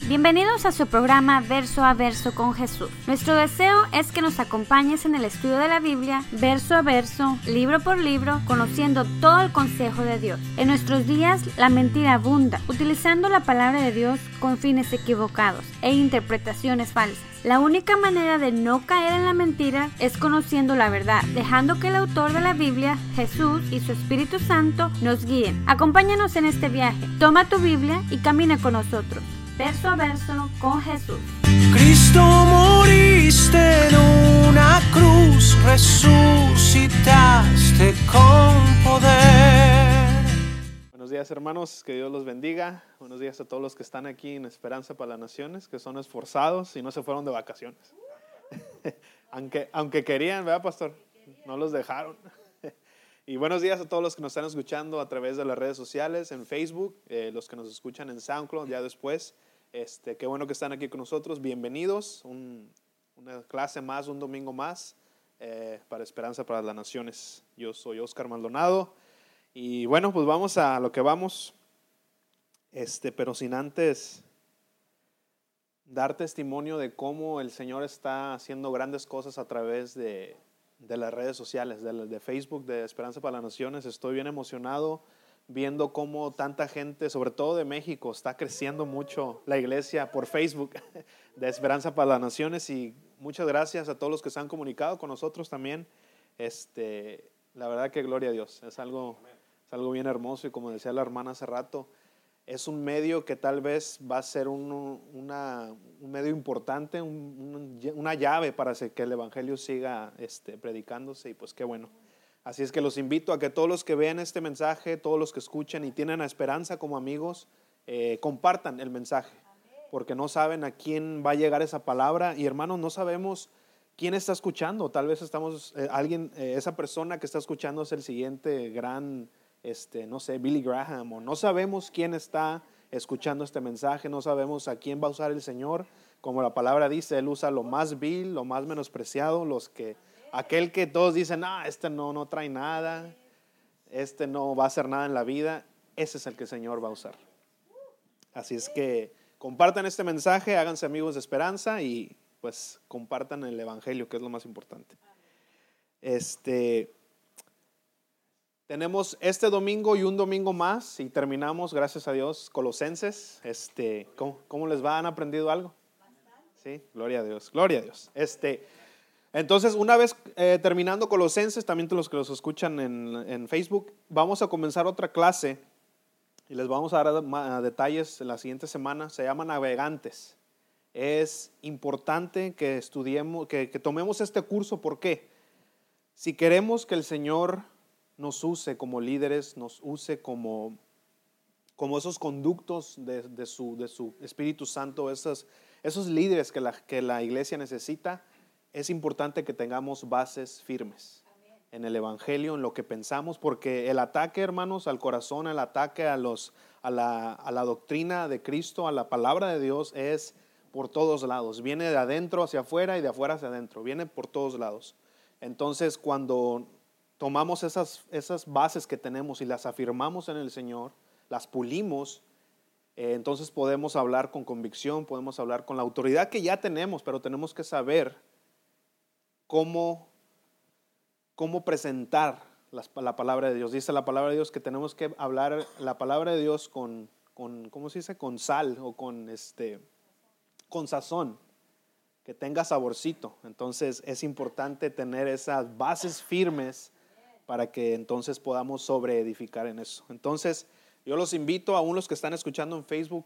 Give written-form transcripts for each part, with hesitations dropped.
Bienvenidos a su programa Verso a Verso con Jesús. Nuestro deseo es que nos acompañes en el estudio de la Biblia, verso a verso, libro por libro, conociendo todo el consejo de Dios. En nuestros días, la mentira abunda, utilizando la palabra de Dios con fines equivocados e interpretaciones falsas. La única manera de no caer en la mentira es conociendo la verdad, dejando que el autor de la Biblia, Jesús y su Espíritu Santo nos guíen. Acompáñanos en este viaje. Toma tu Biblia y camina con nosotros. Verso a verso con Jesús. Cristo, moriste en una cruz, resucitaste con poder. Buenos días, hermanos, que Dios los bendiga. Buenos días a todos los que están aquí en Esperanza para las Naciones, que son esforzados y no se fueron de vacaciones. aunque querían, ¿verdad, pastor? No los dejaron. Y buenos días a todos los que nos están escuchando a través de las redes sociales, en Facebook, los que nos escuchan en SoundCloud ya después. Qué bueno que están aquí con nosotros. Bienvenidos. Una clase más, un domingo más para Esperanza para las Naciones. Yo soy Oscar Maldonado. Y bueno, pues vamos a lo que vamos. Pero sin antes dar testimonio de cómo el Señor está haciendo grandes cosas a través de las redes sociales, de Facebook, de Esperanza para las Naciones. Estoy bien emocionado viendo cómo tanta gente, sobre todo de México, está creciendo mucho la iglesia por Facebook de Esperanza para las Naciones. Y muchas gracias a todos los que se han comunicado con nosotros también. La verdad que gloria a Dios, es algo bien hermoso. Y como decía la hermana hace rato, es un medio que tal vez va a ser un medio importante, una llave para que el evangelio siga predicándose. Y pues qué bueno. Así es que los invito a que todos los que vean este mensaje, todos los que escuchen y tienen a Esperanza como amigos, compartan el mensaje, porque no saben a quién va a llegar esa palabra. Y hermanos, no sabemos quién está escuchando. Tal vez esa persona que está escuchando es el siguiente gran, no sé, Billy Graham, o no sabemos quién está escuchando este mensaje, no sabemos a quién va a usar el Señor. Como la palabra dice, Él usa lo más vil, lo más menospreciado, aquel que todos dicen, no trae nada, no va a hacer nada en la vida. Ese es el que el Señor va a usar. Así es que compartan este mensaje, háganse amigos de Esperanza y pues compartan el evangelio, que es lo más importante. Tenemos este domingo y un domingo más y terminamos, gracias a Dios, Colosenses. ¿Cómo les va? ¿Han aprendido algo? Sí, gloria a Dios, gloria a Dios. Entonces, una vez terminando Colosenses, también los que los escuchan en Facebook, vamos a comenzar otra clase y les vamos a dar detalles en la siguiente semana. Se llama Navegantes. Es importante que estudiemos, que tomemos este curso. ¿Por qué? Si queremos que el Señor nos use como líderes, nos use como esos conductos de su Espíritu Santo, esos líderes que la iglesia necesita, es importante que tengamos bases firmes en el evangelio, en lo que pensamos, porque el ataque, hermanos, al corazón, el ataque a la doctrina de Cristo, a la palabra de Dios, es por todos lados. Viene de adentro hacia afuera y de afuera hacia adentro. Viene por todos lados. Entonces, cuando tomamos esas bases que tenemos y las afirmamos en el Señor, las pulimos, entonces podemos hablar con convicción, podemos hablar con la autoridad que ya tenemos, pero tenemos que saber cómo presentar la palabra de Dios. Dice la palabra de Dios que tenemos que hablar la palabra de Dios con ¿cómo se dice? Con sal o con sazón, que tenga saborcito. Entonces es importante tener esas bases firmes para que entonces podamos sobreedificar en eso. Entonces yo los invito, aún los que están escuchando en Facebook,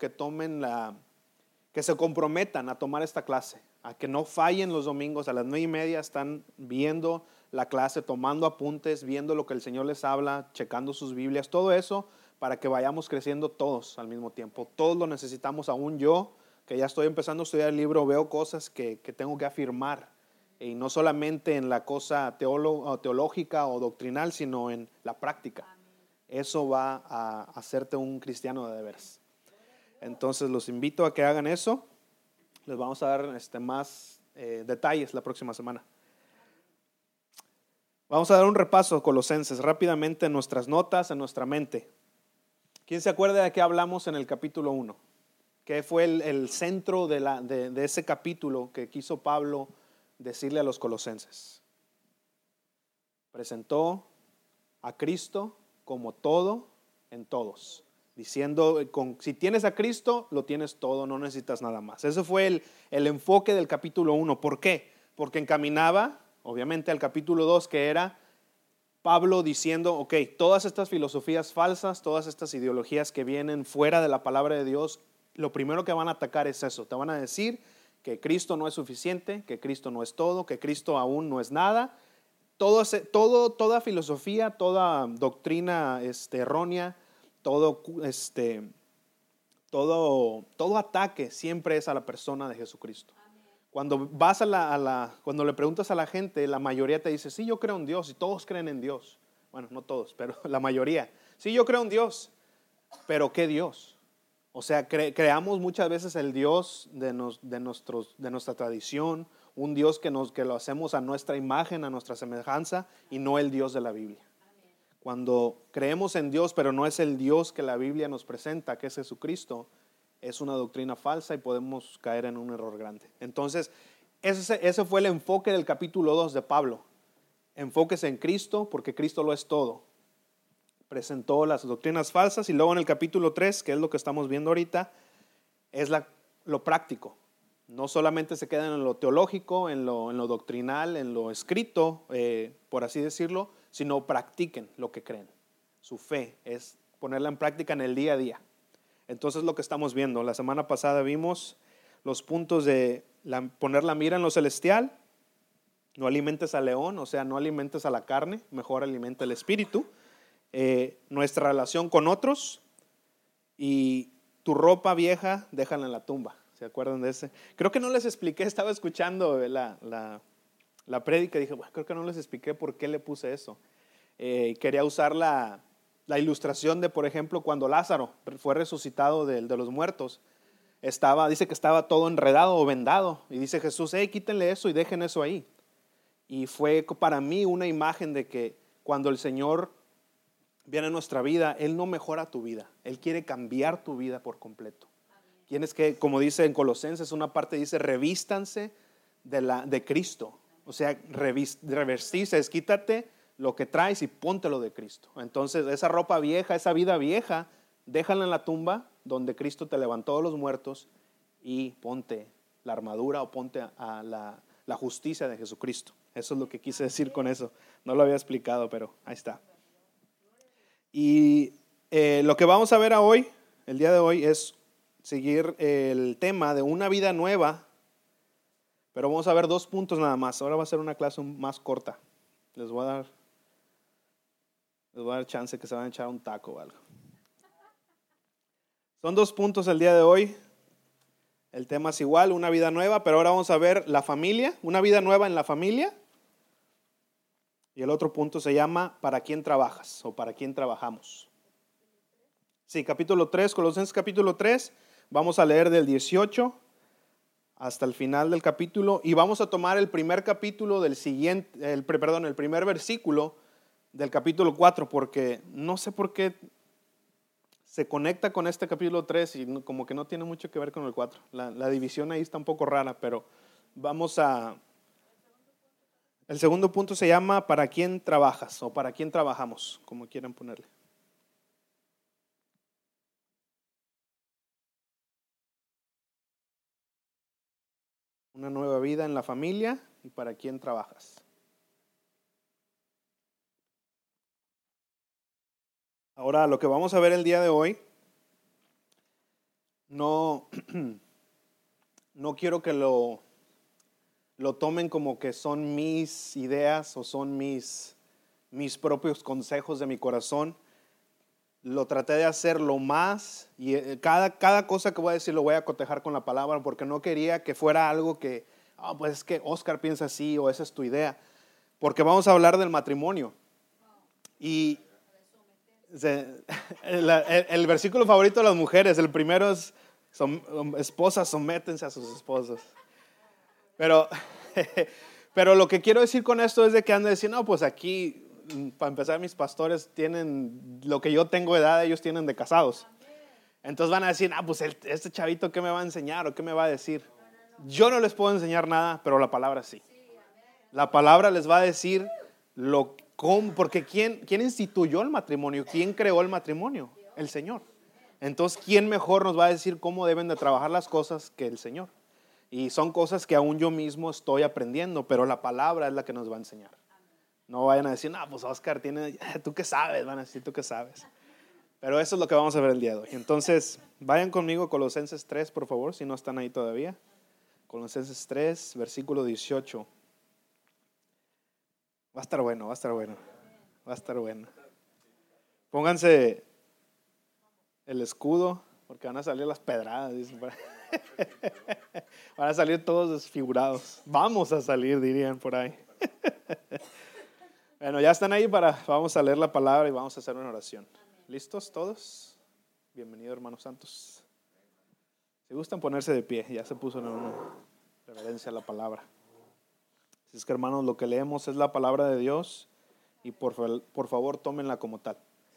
que se comprometan a tomar esta clase, a que no fallen los domingos a las 9:30. Están viendo la clase, tomando apuntes, viendo lo que el Señor les habla, checando sus Biblias, todo eso para que vayamos creciendo todos al mismo tiempo. Todos lo necesitamos. Aún yo, que ya estoy empezando a estudiar el libro, veo cosas que tengo que afirmar, y no solamente en la cosa teológica o doctrinal, sino en la práctica. Eso va a hacerte un cristiano de veras. Entonces los invito a que hagan eso. Les vamos a dar más detalles la próxima semana. Vamos a dar un repaso a Colosenses rápidamente en nuestras notas, en nuestra mente. ¿Quién se acuerda de qué hablamos en el capítulo 1? ¿Qué fue el centro de ese capítulo que quiso Pablo decirle a los colosenses? Presentó a Cristo como todo en todos, diciendo, si tienes a Cristo, lo tienes todo, no necesitas nada más. Ese fue el enfoque del capítulo 1. ¿Por qué? Porque encaminaba, obviamente, al capítulo 2, que era Pablo diciendo, ok, todas estas filosofías falsas, todas estas ideologías que vienen fuera de la palabra de Dios, lo primero que van a atacar es eso. Te van a decir que Cristo no es suficiente, que Cristo no es todo, que Cristo aún no es nada. Toda filosofía, toda doctrina errónea, todo ataque siempre es a la persona de Jesucristo. Cuando vas cuando le preguntas a la gente, la mayoría te dice, sí, yo creo en Dios, y todos creen en Dios. Bueno, no todos, pero la mayoría. Sí, yo creo en Dios, pero ¿qué Dios? O sea, creamos muchas veces el Dios de nuestra tradición, un Dios que lo hacemos a nuestra imagen, a nuestra semejanza, y no el Dios de la Biblia. Cuando creemos en Dios, pero no es el Dios que la Biblia nos presenta, que es Jesucristo, es una doctrina falsa y podemos caer en un error grande. Entonces, ese fue el enfoque del capítulo 2 de Pablo. Enfóquese en Cristo, porque Cristo lo es todo. Presentó las doctrinas falsas, y luego en el capítulo 3, que es lo que estamos viendo ahorita, es lo práctico. No solamente se quedan en lo teológico, en lo doctrinal, en lo escrito, por así decirlo, sino practiquen lo que creen. Su fe es ponerla en práctica en el día a día. Entonces, lo que estamos viendo, la semana pasada vimos los puntos de poner la mira en lo celestial. No alimentes al león, o sea, no alimentes a la carne, mejor alimenta el espíritu. Nuestra relación con otros, y tu ropa vieja déjala en la tumba. ¿Se acuerdan de ese? Creo que no les expliqué, estaba escuchando la prédica y dije, bueno, creo que no les expliqué por qué le puse eso. Quería usar la ilustración de, por ejemplo, cuando Lázaro fue resucitado de los muertos. Dice que estaba todo enredado o vendado, y dice Jesús, quítenle eso y dejen eso ahí. Y fue para mí una imagen de que cuando el Señor viene a nuestra vida, Él no mejora tu vida, Él quiere cambiar tu vida por completo. Tienes que, como dice en Colosenses, una parte dice, revístanse de Cristo. O sea, revestirse, quítate lo que traes y póntelo de Cristo. Entonces, esa ropa vieja, esa vida vieja, déjala en la tumba donde Cristo te levantó de los muertos, y ponte la armadura, o ponte a la justicia de Jesucristo. Eso es lo que quise decir con eso. No lo había explicado, pero ahí está. Y lo que vamos a ver el día de hoy, es seguir el tema de una vida nueva, pero vamos a ver 2 puntos nada más. Ahora va a ser una clase más corta. Les voy a dar chance que se van a echar un taco o algo. Son 2 puntos el día de hoy. El tema es igual, una vida nueva, pero ahora vamos a ver la familia, una vida nueva en la familia. Y el otro punto se llama ¿para quién trabajas? O ¿para quién trabajamos? Sí, capítulo 3, Colosenses capítulo 3. Vamos a leer del 18 hasta el final del capítulo, y vamos a tomar el primer capítulo el primer versículo del capítulo 4, porque no sé por qué se conecta con este capítulo 3 y como que no tiene mucho que ver con el 4. La división ahí está un poco rara, pero el segundo punto se llama ¿para quién trabajas? O ¿para quién trabajamos? Como quieran ponerle. Una nueva vida en la familia, y ¿para quién trabajas? Ahora, lo que vamos a ver el día de hoy, no quiero que lo tomen como que son mis ideas o son mis propios consejos de mi corazón. Lo traté de hacer lo más, y cada cosa que voy a decir lo voy a cotejar con la palabra, porque no quería que fuera algo que, pues es que Oscar piensa así, o esa es tu idea, porque vamos a hablar del matrimonio. Y el versículo favorito de las mujeres, el primero es, esposas, sométense a sus esposos. Pero lo que quiero decir con esto es de que han de decir, no, pues aquí, para empezar, mis pastores tienen lo que yo tengo de edad, ellos tienen de casados. Entonces van a decir, pues este chavito, ¿qué me va a enseñar o qué me va a decir? Yo no les puedo enseñar nada, pero la palabra sí. La palabra les va a decir cómo, porque ¿quién instituyó el matrimonio? ¿Quién creó el matrimonio? El Señor. Entonces, ¿quién mejor nos va a decir cómo deben de trabajar las cosas que el Señor? Y son cosas que aún yo mismo estoy aprendiendo, pero la palabra es la que nos va a enseñar. No vayan a decir, pues Oscar, ¿tú qué sabes? Van a decir, ¿tú qué sabes? Pero eso es lo que vamos a ver el día de hoy. Entonces, vayan conmigo a Colosenses 3, por favor, si no están ahí todavía. Colosenses 3, versículo 18. Va a estar bueno, va a estar bueno. Va a estar bueno. Pónganse el escudo, porque van a salir las pedradas. Dicen. Van a salir todos desfigurados. Vamos a salir, dirían por ahí. Bueno, ya están ahí vamos a leer la palabra y vamos a hacer una oración. ¿Listos todos? Bienvenidos, hermanos santos. Si gustan ponerse de pie, ya se puso en una reverencia a la palabra. Así es que, hermanos, lo que leemos es la palabra de Dios y por favor tómenla como tal.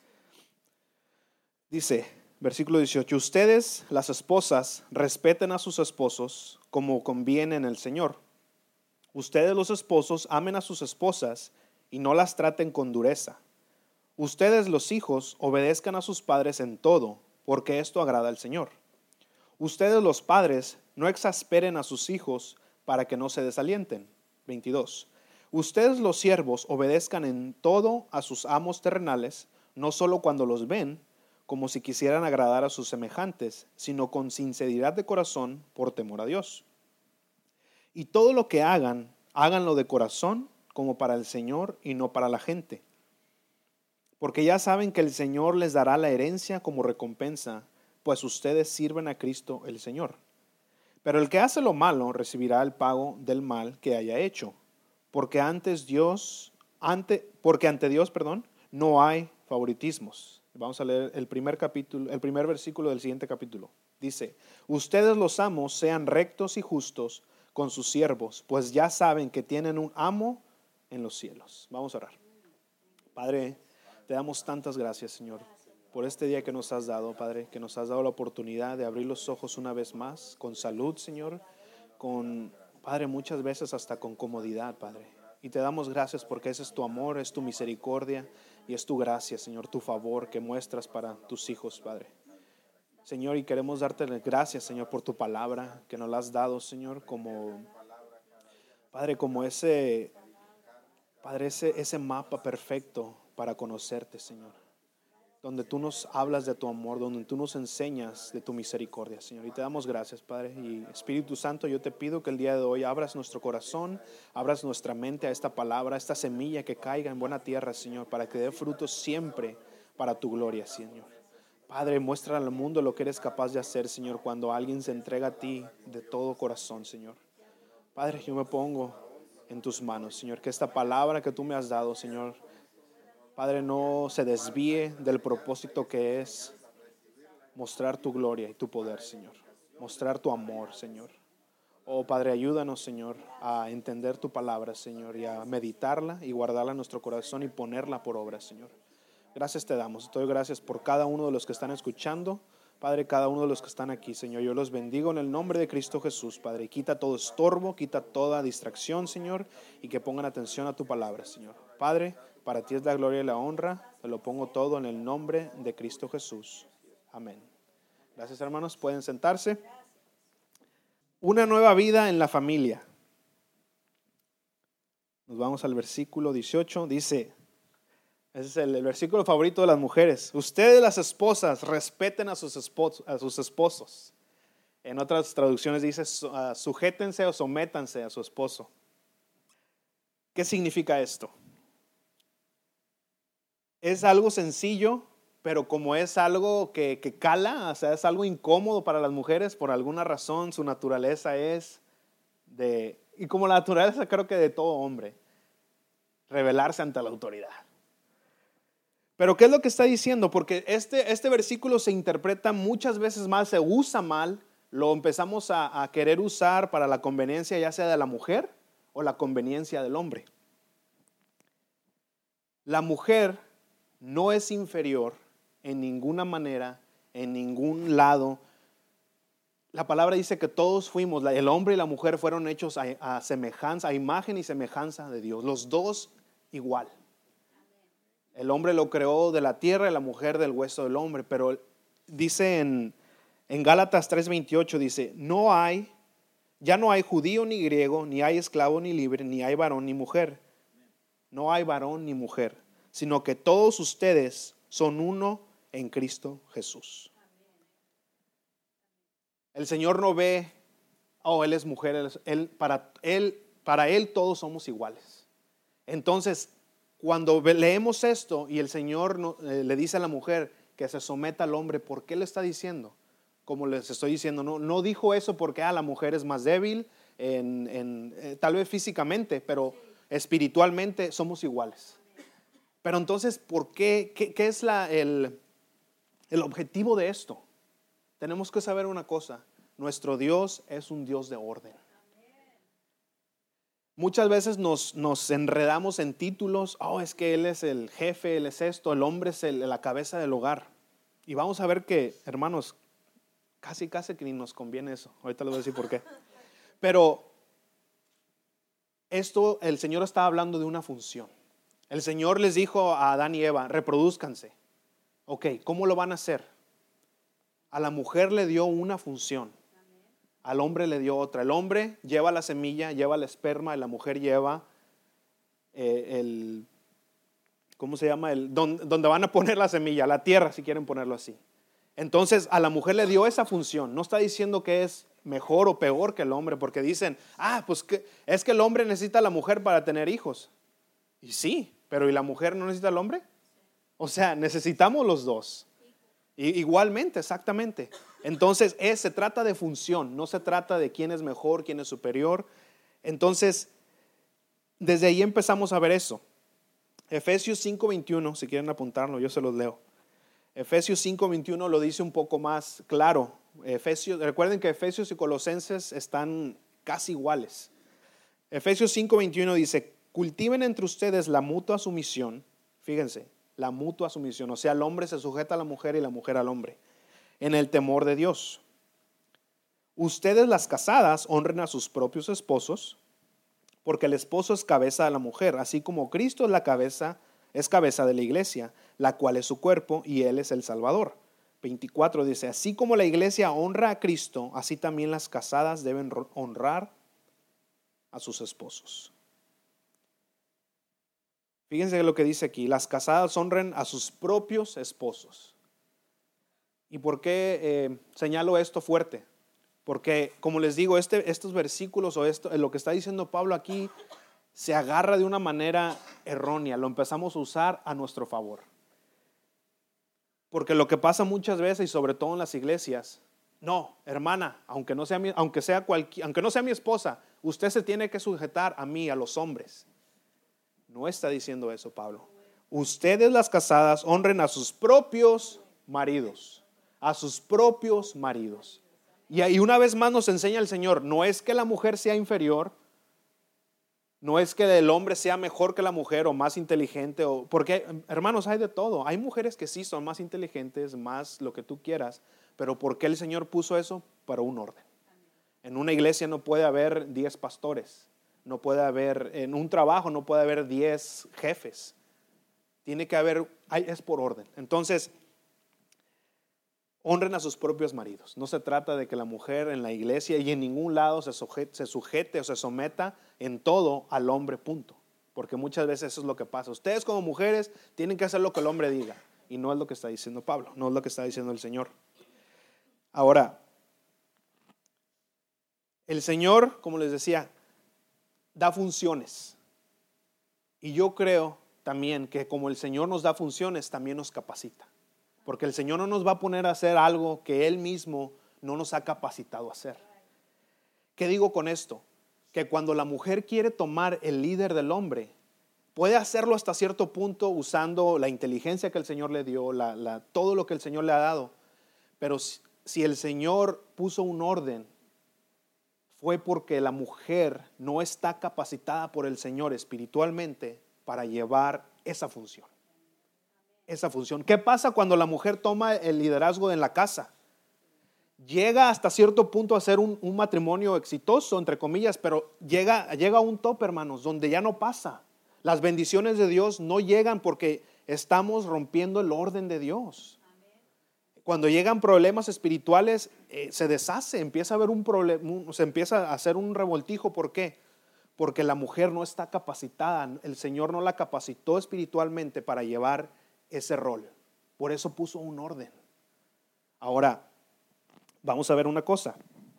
Dice, versículo 18, ustedes, las esposas, respeten a sus esposos como conviene en el Señor. Ustedes, los esposos, amen a sus esposas y no las traten con dureza. Ustedes, los hijos, obedezcan a sus padres en todo, porque esto agrada al Señor. Ustedes, los padres, no exasperen a sus hijos para que no se desalienten. 22. Ustedes, los siervos, obedezcan en todo a sus amos terrenales, no solo cuando los ven, como si quisieran agradar a sus semejantes, sino con sinceridad de corazón, por temor a Dios. Y todo lo que hagan, háganlo de corazón, como para el Señor y no para la gente. Porque ya saben que el Señor les dará la herencia como recompensa, pues ustedes sirven a Cristo el Señor. Pero el que hace lo malo recibirá el pago del mal que haya hecho, porque ante Dios, no hay favoritismos. Vamos a leer el primer versículo del siguiente capítulo. Dice, ustedes los amos sean rectos y justos con sus siervos, pues ya saben que tienen un amo en los cielos. Vamos a orar. Padre, te damos tantas gracias, Señor, por este día que nos has dado, Padre, que nos has dado la oportunidad de abrir los ojos una vez más, con salud, Señor, Padre, muchas veces hasta con comodidad, Padre. Y te damos gracias porque ese es tu amor, es tu misericordia y es tu gracia, Señor, tu favor que muestras para tus hijos, Padre. Señor, y queremos darte gracias, Señor, por tu palabra que nos la has dado, Señor, Padre, como ese mapa perfecto para conocerte, Señor, donde tú nos hablas de tu amor, donde tú nos enseñas de tu misericordia, Señor. Y te damos gracias, Padre. Y Espíritu Santo, yo te pido que el día de hoy abras nuestro corazón, abras nuestra mente a esta palabra, a esta semilla que caiga en buena tierra, Señor, para que dé frutos siempre para tu gloria, Señor. Padre, muestra al mundo lo que eres capaz de hacer, Señor, cuando alguien se entrega a ti de todo corazón, Señor. Padre, yo me pongo en tus manos, Señor, que esta palabra que tú me has dado, Señor, Padre, no se desvíe del propósito que es mostrar tu gloria y tu poder, Señor. Mostrar tu amor, Señor. Oh, Padre, ayúdanos, Señor, a entender tu palabra, Señor, y a meditarla y guardarla en nuestro corazón y ponerla por obra, Señor. Gracias te damos. Te doy gracias por cada uno de los que están escuchando. Padre, cada uno de los que están aquí, Señor, yo los bendigo en el nombre de Cristo Jesús, Padre. Quita todo estorbo, quita toda distracción, Señor, y que pongan atención a tu palabra, Señor. Padre, para ti es la gloria y la honra. Te lo pongo todo en el nombre de Cristo Jesús. Amén. Gracias, hermanos. Pueden sentarse. Una nueva vida en la familia. Nos vamos al versículo 18. Dice, ese es el versículo favorito de las mujeres. Ustedes, las esposas, respeten a sus esposos. En otras traducciones dice, sujétense o sométanse a su esposo. ¿Qué significa esto? Es algo sencillo, pero como es algo que cala, o sea, es algo incómodo para las mujeres, por alguna razón su naturaleza es y como la naturaleza creo que de todo hombre, rebelarse ante la autoridad. Pero ¿qué es lo que está diciendo? Porque este versículo se interpreta muchas veces mal, se usa mal, lo empezamos a querer usar para la conveniencia ya sea de la mujer o la conveniencia del hombre. La mujer no es inferior en ninguna manera en ningún lado. La palabra dice que todos fuimos, el hombre y la mujer fueron hechos a semejanza, a imagen y semejanza de Dios. Los dos igual. El hombre lo creó de la tierra y la mujer del hueso del hombre. Pero dice en Gálatas 3:28, dice, ya no hay judío ni griego, ni hay esclavo ni libre, ni hay varón ni mujer. No hay varón ni mujer, sino que todos ustedes son uno en Cristo Jesús. El Señor no ve, Él es mujer, para él todos somos iguales. Entonces, cuando leemos esto y el Señor le dice a la mujer que se someta al hombre, ¿por qué le está diciendo? Como les estoy diciendo, no dijo eso porque la mujer es más débil, tal vez físicamente, pero espiritualmente somos iguales. Pero entonces, ¿por qué? ¿Qué es el objetivo de esto? Tenemos que saber una cosa, nuestro Dios es un Dios de orden. Muchas veces nos enredamos en títulos, es que Él es el jefe, Él es esto, el hombre es la cabeza del hogar. Y vamos a ver que, hermanos, casi que ni nos conviene eso. Ahorita les voy a decir por qué. Pero esto, el Señor está hablando de una función. El Señor les dijo a Adán y Eva, reproduzcanse. Ok, ¿cómo lo van a hacer? A la mujer le dio una función, al hombre le dio otra. El hombre lleva la semilla, lleva el esperma, y la mujer lleva ¿cómo se llama? Donde van a poner la semilla, la tierra, si quieren ponerlo así. Entonces a la mujer le dio esa función. No está diciendo que es mejor o peor que el hombre, porque dicen, pues es que el hombre necesita a la mujer para tener hijos. Y sí, pero ¿y la mujer no necesita al hombre? O sea, necesitamos los dos. Igualmente, exactamente. Entonces se trata de función, no se trata de quién es mejor, quién es superior. Entonces, desde ahí empezamos a ver eso. Efesios 5:21, si quieren apuntarlo, yo se los leo. Efesios 5:21 lo dice un poco más claro. Recuerden que Efesios y Colosenses están casi iguales. Efesios 5:21 dice, cultiven entre ustedes la mutua sumisión. Fíjense, la mutua sumisión, o sea, el hombre se sujeta a la mujer y la mujer al hombre, en el temor de Dios. Ustedes, las casadas, honren a sus propios esposos, porque el esposo es cabeza de la mujer, así como Cristo es cabeza de la iglesia, la cual es su cuerpo y Él es el Salvador. 24 dice, así como la iglesia honra a Cristo, así también las casadas deben honrar a sus esposos. Fíjense lo que dice aquí, las casadas honren a sus propios esposos. ¿Y por qué señalo esto fuerte? Porque, como les digo, estos versículos lo que está diciendo Pablo aquí se agarra de una manera errónea, lo empezamos a usar a nuestro favor. Porque lo que pasa muchas veces, y sobre todo en las iglesias, no, hermana, aunque no sea mi esposa, usted se tiene que sujetar a mí, a los hombres. No está diciendo eso Pablo. Ustedes, las casadas, honren a sus propios maridos. A sus propios maridos. Y una vez más nos enseña el Señor, no es que la mujer sea inferior, no es que el hombre sea mejor que la mujer o más inteligente, porque hermanos, hay de todo. Hay mujeres que sí son más inteligentes, más lo que tú quieras, pero ¿por qué el Señor puso eso? Para un orden. En una iglesia no puede haber 10 pastores. No puede haber, en un trabajo no puede haber 10 jefes. Tiene que haber, es por orden. Entonces, honren a sus propios maridos. No se trata de que la mujer en la iglesia y en ningún lado se sujete o se someta en todo al hombre, punto. Porque muchas veces eso es lo que pasa. Ustedes como mujeres tienen que hacer lo que el hombre diga. Y no es lo que está diciendo Pablo, no es lo que está diciendo el Señor. Ahora, el Señor, como les decía, da funciones. Y yo creo también que como el Señor nos da funciones, también nos capacita. Porque el Señor no nos va a poner a hacer algo que Él mismo no nos ha capacitado a hacer. ¿Qué digo con esto? Que cuando la mujer quiere tomar el líder del hombre, puede hacerlo hasta cierto punto usando la inteligencia que el Señor le dio, todo lo que el Señor le ha dado. Pero si el Señor puso un orden, fue porque la mujer no está capacitada por el Señor espiritualmente para llevar esa función. esa función. ¿Qué pasa cuando la mujer toma el liderazgo en la casa? Llega hasta cierto punto a ser un matrimonio exitoso, entre comillas, pero llega a un tope, hermanos, donde ya no pasa. Las bendiciones de Dios no llegan porque estamos rompiendo el orden de Dios. Cuando llegan problemas espirituales, se deshace, empieza a haber un problema, se empieza a hacer un revoltijo. ¿Por qué? Porque la mujer no está capacitada, el Señor no la capacitó espiritualmente para llevar ese rol. Por eso puso un orden. Ahora, vamos a ver una cosa.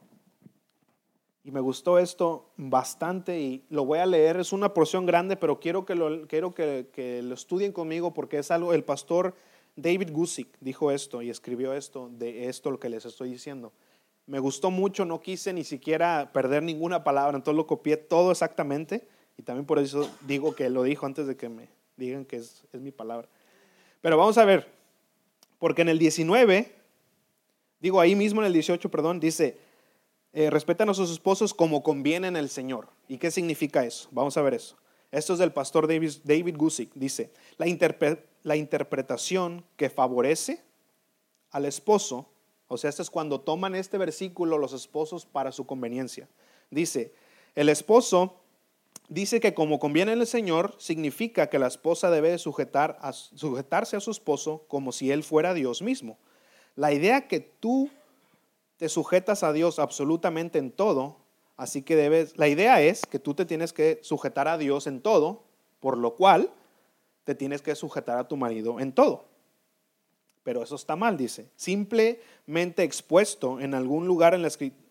Y me gustó esto bastante y lo voy a leer. Es una porción grande, pero quiero que lo estudien conmigo porque es algo. El pastor David Guzik dijo esto y escribió esto, de esto lo que les estoy diciendo. Me gustó mucho, no quise ni siquiera perder ninguna palabra, entonces lo copié todo exactamente. Y también por eso digo que lo dijo antes de que me digan que es mi palabra. Pero vamos a ver, porque en el 19, digo ahí mismo en el 18, perdón, dice, respetan a sus esposos como conviene en el Señor. ¿Y qué significa eso? Vamos a ver eso. Esto es del pastor David Guzik. Dice, la interpretación que favorece al esposo, o sea, esto es cuando toman este versículo los esposos para su conveniencia. Dice, el esposo dice que como conviene en el Señor, significa que la esposa debe sujetarse a su esposo como si él fuera Dios mismo. La idea que tú te sujetas a Dios absolutamente en todo, así que la idea es que tú te tienes que sujetar a Dios en todo, por lo cual te tienes que sujetar a tu marido en todo. Pero eso está mal, dice. Simplemente expuesto en ningún lugar de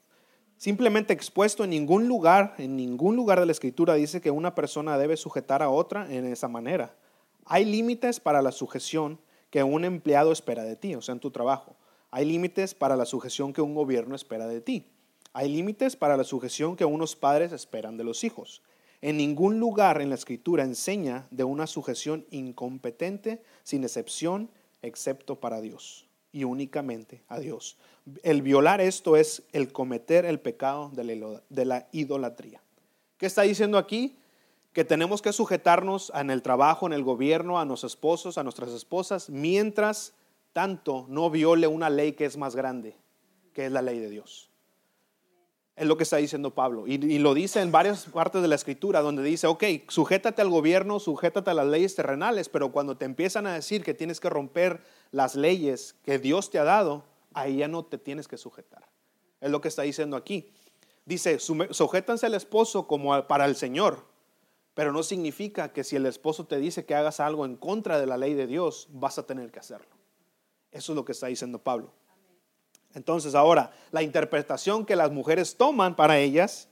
la Escritura dice que una persona debe sujetar a otra en esa manera. Hay límites para la sujeción que un empleado espera de ti, o sea, en tu trabajo. Hay límites para la sujeción que un gobierno espera de ti. Hay límites para la sujeción que unos padres esperan de los hijos. En ningún lugar en la Escritura enseña de una sujeción incompetente, sin excepción, excepto para Dios y únicamente a Dios. El violar esto es el cometer el pecado de la idolatría. ¿Qué está diciendo aquí? Que tenemos que sujetarnos en el trabajo, en el gobierno, a nuestros esposos, a nuestras esposas, mientras tanto no viole una ley que es más grande, que es la ley de Dios. Es lo que está diciendo Pablo. Y lo dice en varias partes de la Escritura, donde dice, ok, sujétate al gobierno, sujétate a las leyes terrenales, pero cuando te empiezan a decir que tienes que romper las leyes que Dios te ha dado, ahí ya no te tienes que sujetar. Es lo que está diciendo aquí. Dice, sujétanse al esposo como para el Señor, pero no significa que si el esposo te dice que hagas algo en contra de la ley de Dios, vas a tener que hacerlo. Eso es lo que está diciendo Pablo. Entonces ahora, la interpretación que las mujeres toman para ellas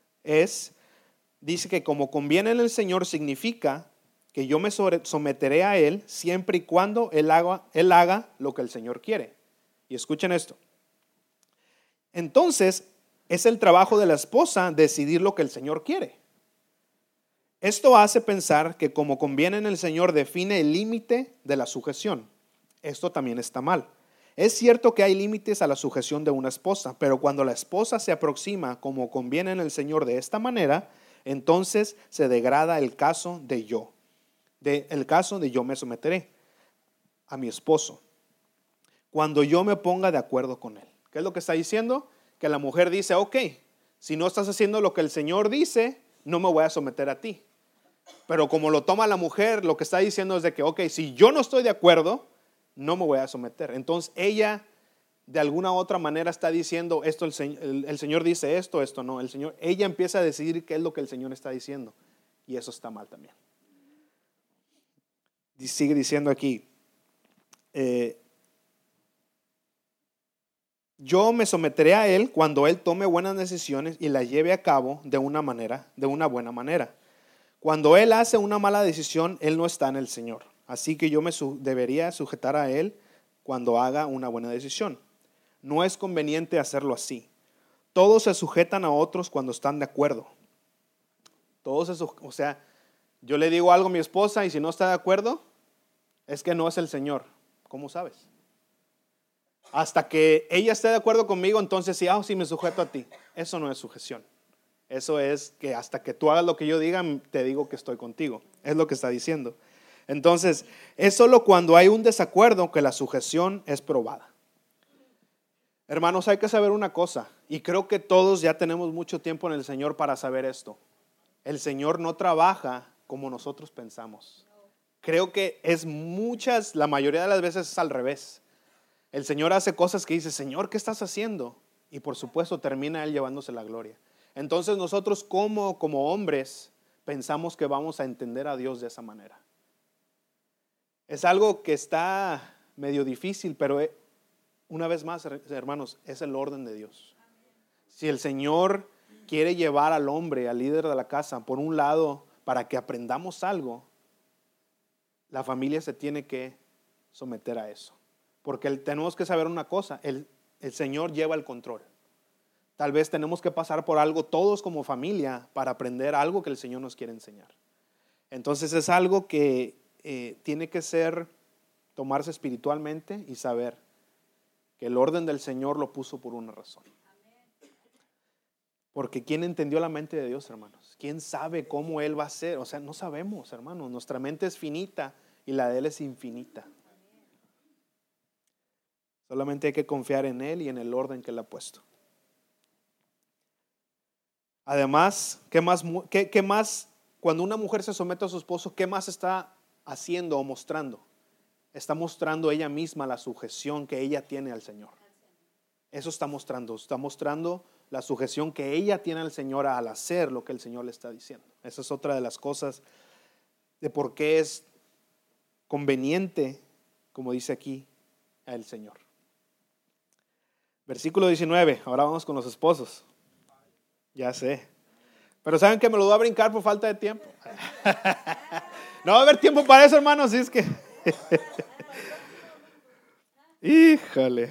dice que como conviene en el Señor significa que yo me someteré a Él siempre y cuando Él haga lo que el Señor quiere. Y escuchen esto. Entonces, es el trabajo de la esposa decidir lo que el Señor quiere. Esto hace pensar que como conviene en el Señor define el límite de la sujeción. Esto también está mal. Es cierto que hay límites a la sujeción de una esposa, pero cuando la esposa se aproxima como conviene en el Señor de esta manera, entonces se degrada el caso de yo me someteré a mi esposo cuando yo me ponga de acuerdo con él. ¿Qué es lo que está diciendo? Que la mujer dice, ok, si no estás haciendo lo que el Señor dice, no me voy a someter a ti. Pero como lo toma la mujer, lo que está diciendo es de que, ok, si yo no estoy de acuerdo, no me voy a someter. Entonces ella de alguna u otra manera está diciendo esto, el Señor dice esto no. Ella empieza a decidir qué es lo que el Señor está diciendo. Y eso está mal también. Y sigue diciendo aquí, yo me someteré a Él cuando Él tome buenas decisiones y las lleve a cabo de una buena manera. Cuando Él hace una mala decisión, Él no está en el Señor. Así que yo me debería sujetar a Él cuando haga una buena decisión. No es conveniente hacerlo así. Todos se sujetan a otros cuando están de acuerdo. O sea, yo le digo algo a mi esposa y si no está de acuerdo, es que no es el Señor. ¿Cómo sabes? Hasta que ella esté de acuerdo conmigo, entonces sí me sujeto a ti. Eso no es sujeción. Eso es que hasta que tú hagas lo que yo diga, te digo que estoy contigo. Es lo que está diciendo. Entonces, es solo cuando hay un desacuerdo que la sujeción es probada. Hermanos, hay que saber una cosa, y creo que todos ya tenemos mucho tiempo en el Señor para saber esto. El Señor no trabaja como nosotros pensamos. Creo que la mayoría de las veces es al revés. El Señor hace cosas que dice, Señor, ¿qué estás haciendo? Y por supuesto termina Él llevándose la gloria. Entonces nosotros como hombres pensamos que vamos a entender a Dios de esa manera. Es algo que está medio difícil, pero una vez más, hermanos, es el orden de Dios. Si el Señor quiere llevar al hombre, al líder de la casa, por un lado, para que aprendamos algo, la familia se tiene que someter a eso. Porque tenemos que saber una cosa, el Señor lleva el control. Tal vez tenemos que pasar por algo todos como familia para aprender algo que el Señor nos quiere enseñar. Entonces es algo que tiene que tomarse espiritualmente y saber que el orden del Señor lo puso por una razón. Porque ¿quién entendió la mente de Dios, hermanos? ¿Quién sabe cómo Él va a ser? O sea, no sabemos, hermanos. Nuestra mente es finita y la de Él es infinita. Solamente hay que confiar en Él y en el orden que Él ha puesto. Además, ¿qué más? Cuando una mujer se somete a su esposo, ¿qué más está haciendo o mostrando? Está mostrando ella misma la sujeción que ella tiene al Señor. Eso está mostrando la sujeción que ella tiene al Señor al hacer lo que el Señor le está diciendo. Esa es otra de las cosas de por qué es conveniente, como dice aquí, al Señor. Versículo 19, ahora vamos con los esposos. Ya sé. Pero ¿saben que me lo voy a brincar por falta de tiempo? No va a haber tiempo para eso, hermanos, si es que... Híjole.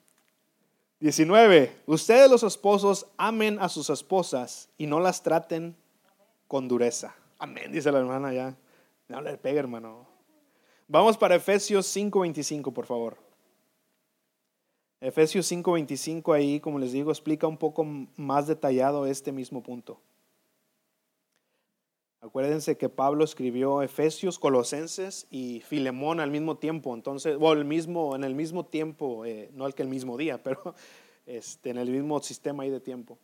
19. Ustedes los esposos amen a sus esposas y no las traten con dureza. Amén, dice la hermana ya. No le pegue, hermano. Vamos para Efesios 5:25, por favor. Efesios 5:25 ahí, como les digo, explica un poco más detallado este mismo punto. Acuérdense que Pablo escribió Efesios, Colosenses y Filemón al mismo tiempo. Entonces, en el mismo tiempo, no el mismo día, pero en el mismo sistema ahí de tiempo.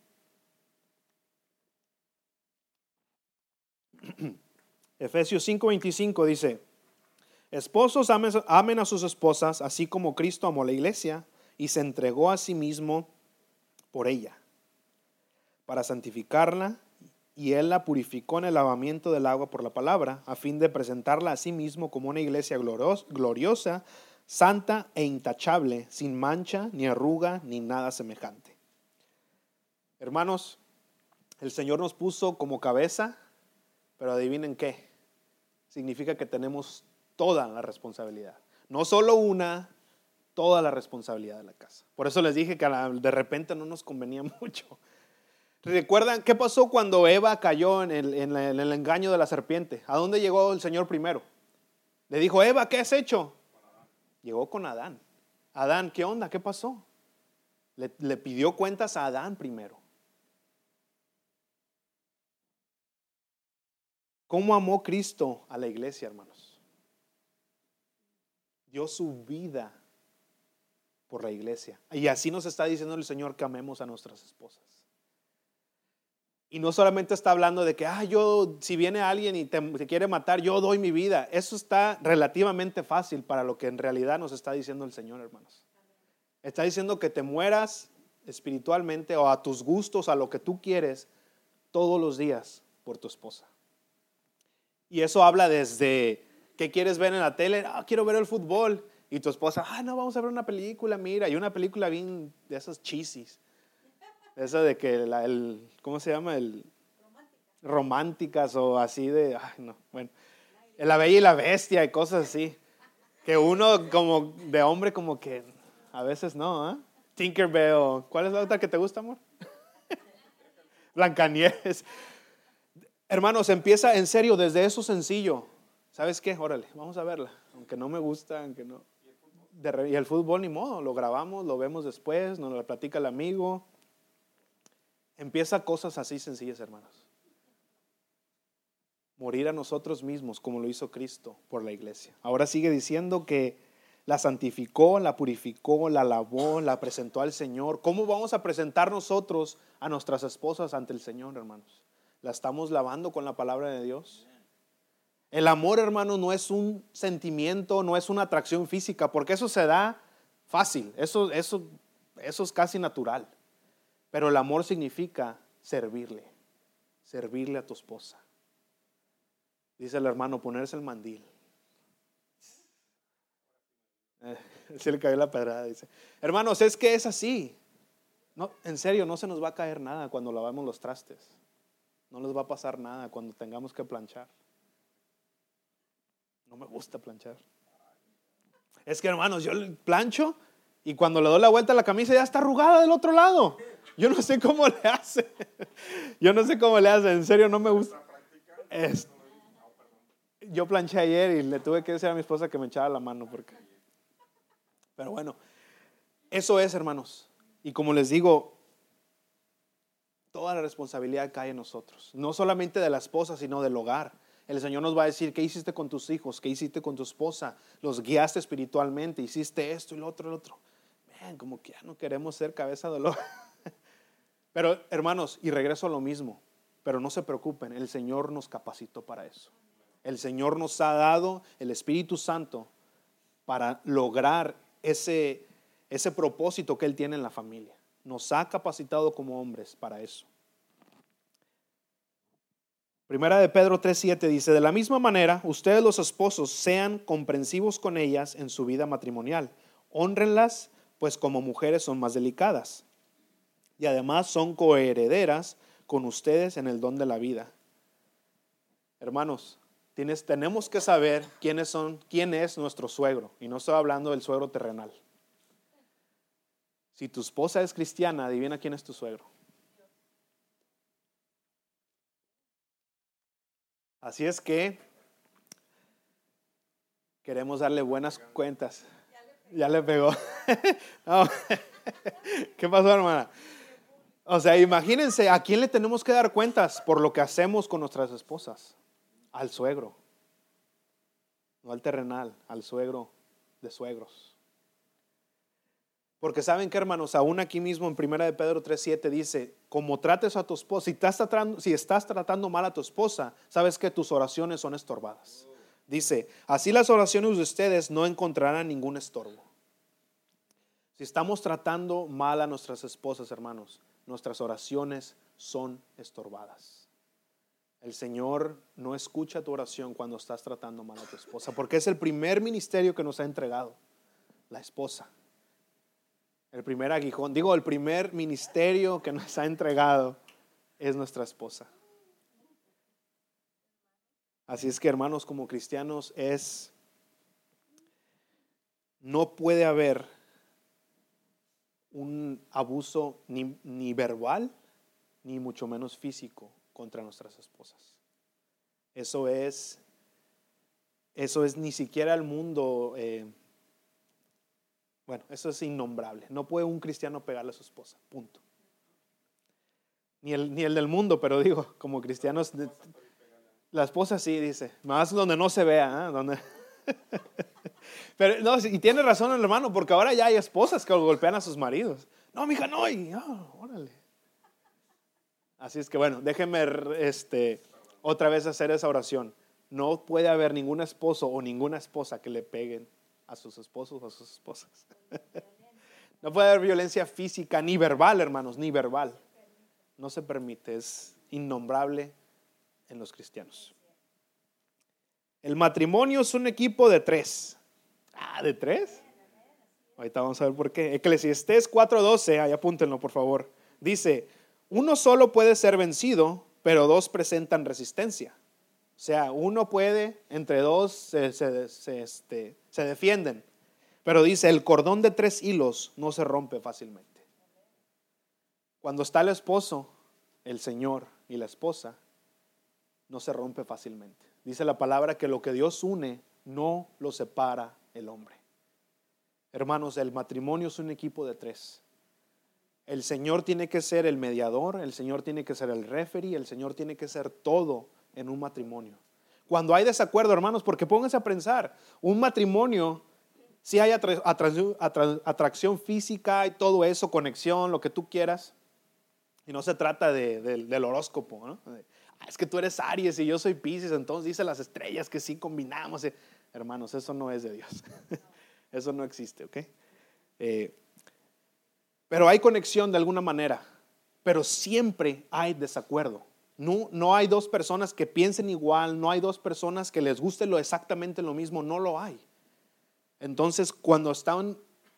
Efesios 5:25 dice: esposos, amen a sus esposas, así como Cristo amó a la iglesia y se entregó a sí mismo por ella, para santificarla, y Él la purificó en el lavamiento del agua por la palabra, a fin de presentarla a sí mismo como una iglesia gloriosa, santa e intachable, sin mancha, ni arruga, ni nada semejante. Hermanos, el Señor nos puso como cabeza, pero adivinen qué, significa que tenemos toda la responsabilidad. No solo una, toda la responsabilidad de la casa. Por eso les dije que de repente no nos convenía mucho. ¿Recuerdan qué pasó cuando Eva cayó en el engaño de la serpiente? ¿A dónde llegó el Señor primero? Le dijo, Eva, ¿qué has hecho? Llegó con Adán. Adán, ¿qué onda? ¿Qué pasó? Le pidió cuentas a Adán primero. ¿Cómo amó Cristo a la iglesia, hermanos? Dio su vida por la iglesia. Y así nos está diciendo el Señor que amemos a nuestras esposas. Y no solamente está hablando de que, si viene alguien y te quiere matar, yo doy mi vida. Eso está relativamente fácil para lo que en realidad nos está diciendo el Señor, hermanos. Está diciendo que te mueras espiritualmente o a tus gustos, a lo que tú quieres, todos los días por tu esposa. Y eso habla desde, ¿qué quieres ver en la tele? Quiero ver el fútbol. Y tu esposa, no, vamos a ver una película, mira. Y una película bien de esas cheesies. Esa de que ¿cómo se llama? Románticas o así de, bueno, La Bella y la Bestia y cosas así. Que uno como de hombre como que a veces no, Tinkerbell, ¿cuál es la otra que te gusta, amor? Blancanieves. Hermanos, empieza en serio desde eso sencillo. ¿Sabes qué? Órale, vamos a verla. Aunque no me gusta, aunque no. Y el fútbol ni modo, lo grabamos, lo vemos después, nos lo platica el amigo. Empieza cosas así sencillas, hermanos. morir a nosotros mismos como lo hizo Cristo por la iglesia. Ahora sigue diciendo que la santificó, la purificó, la lavó, la presentó al Señor. ¿Cómo vamos a presentar nosotros a nuestras esposas ante el Señor, hermanos? ¿La estamos lavando con la palabra de Dios? El amor, hermano, no es un sentimiento, no es una atracción física, porque eso se da fácil, eso es casi natural. Pero el amor significa servirle a tu esposa. Dice el hermano, ponerse el mandil. Se le cayó la pedrada, dice. Hermanos, es que es así. No, en serio, no se nos va a caer nada cuando lavamos los trastes. No les va a pasar nada cuando tengamos que planchar. No me gusta planchar. Es que, hermanos, yo plancho y cuando le doy la vuelta a la camisa ya está arrugada del otro lado. Yo no sé cómo le hace. En serio, no me gusta. Yo planché ayer y le tuve que decir a mi esposa que me echara la mano pero bueno, eso es, hermanos. Y como les digo, toda la responsabilidad cae en nosotros. No solamente de la esposa, sino del hogar. El Señor nos va a decir, ¿qué hiciste con tus hijos? ¿Qué hiciste con tu esposa? Los guiaste espiritualmente, hiciste esto y lo otro. Como que ya no queremos ser cabeza de olor. Pero, hermanos, y regreso a lo mismo, pero no se preocupen, el Señor nos capacitó para eso. El Señor nos ha dado el Espíritu Santo para lograr ese propósito que Él tiene en la familia. Nos ha capacitado como hombres para eso. Primera de Pedro 3:7 dice, de la misma manera, ustedes los esposos sean comprensivos con ellas en su vida matrimonial. Hónrenlas, pues como mujeres son más delicadas. Y además son coherederas con ustedes en el don de la vida. Hermanos, tenemos que saber quién es nuestro suegro. Y no estoy hablando del suegro terrenal. Si tu esposa es cristiana, adivina quién es tu suegro. Así es que queremos darle buenas cuentas. Ya le pegó. No. ¿Qué pasó, hermana? O sea, imagínense, ¿a quién le tenemos que dar cuentas por lo que hacemos con nuestras esposas? Al suegro. No al terrenal, al suegro de suegros. Porque saben que, hermanos, aún aquí mismo en 1 de Pedro 3:7 dice, como trates a tu esposa, si estás tratando mal a tu esposa, sabes que tus oraciones son estorbadas. Dice, así las oraciones de ustedes no encontrarán ningún estorbo. Si estamos tratando mal a nuestras esposas, hermanos, nuestras oraciones son estorbadas. El Señor no escucha tu oración cuando estás tratando mal a tu esposa, porque es el primer ministerio que nos ha entregado, la esposa. El primer aguijón, el primer ministerio que nos ha entregado es nuestra esposa. Así es que, hermanos, como cristianos no puede haber un abuso ni verbal, ni mucho menos físico contra nuestras esposas. Eso es ni siquiera el mundo, eso es innombrable. No puede un cristiano pegarle a su esposa, punto. Ni el del mundo, pero como cristianos, la esposa sí dice, más donde no se vea, donde... Pero no, y tiene razón el hermano, porque ahora ya hay esposas que golpean a sus maridos. No, mija, no, órale. Así es que déjenme otra vez hacer esa oración. No puede haber ningún esposo o ninguna esposa que le peguen a sus esposos o a sus esposas. No puede haber violencia física ni verbal, hermanos, ni verbal. No se permite, es innombrable en los cristianos. El matrimonio es un equipo de 3. ¿De 3? Ahorita vamos a ver por qué. Eclesiastés 4:12, ahí apúntenlo por favor. Dice, uno solo puede ser vencido, pero 2 presentan resistencia. O sea, uno puede, entre 2 se defienden. Pero dice, el cordón de 3 hilos no se rompe fácilmente. Cuando está el esposo, el Señor y la esposa, no se rompe fácilmente. Dice la palabra que lo que Dios une, no lo separa el hombre. Hermanos, el matrimonio es un equipo de 3. El Señor tiene que ser el mediador, el Señor tiene que ser el referee, el Señor tiene que ser todo en un matrimonio. Cuando hay desacuerdo, hermanos, porque pónganse a pensar, un matrimonio, si hay atracción física y todo eso, conexión, lo que tú quieras, y no se trata del horóscopo, ¿no? Es que tú eres Aries y yo soy Piscis, entonces dice las estrellas que sí combinamos. Hermanos, eso no es de Dios. Eso no existe, ¿ok? Pero hay conexión de alguna manera, pero siempre hay desacuerdo. No hay dos personas que piensen igual, no hay dos personas que les guste exactamente lo mismo, no lo hay. Entonces, cuando están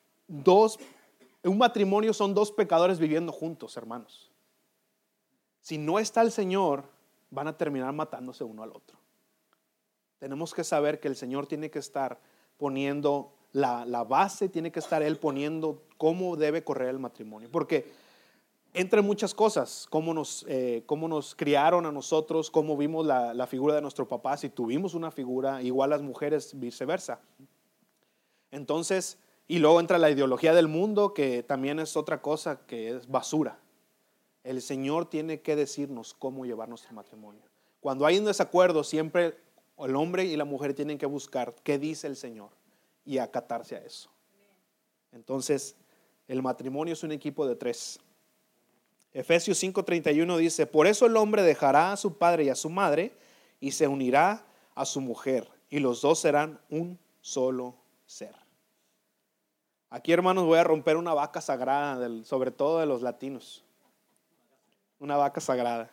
un matrimonio son dos pecadores viviendo juntos, hermanos. Si no está el Señor, van a terminar matándose uno al otro. Tenemos que saber que el Señor tiene que estar poniendo la base, tiene que estar Él poniendo cómo debe correr el matrimonio. Porque entre muchas cosas, cómo nos criaron a nosotros, cómo vimos la figura de nuestro papá, si tuvimos una figura, igual las mujeres viceversa. Entonces, y luego entra la ideología del mundo, que también es otra cosa que es basura. El Señor tiene que decirnos cómo llevar nuestro matrimonio. Cuando hay un desacuerdo, siempre el hombre y la mujer tienen que buscar qué dice el Señor y acatarse a eso. Entonces, el matrimonio es un equipo de tres. Efesios 5:31 dice: por eso el hombre dejará a su padre y a su madre y se unirá a su mujer, y los dos serán un solo ser. Aquí, hermanos, voy a romper una vaca sagrada, sobre todo de los latinos. Una vaca sagrada.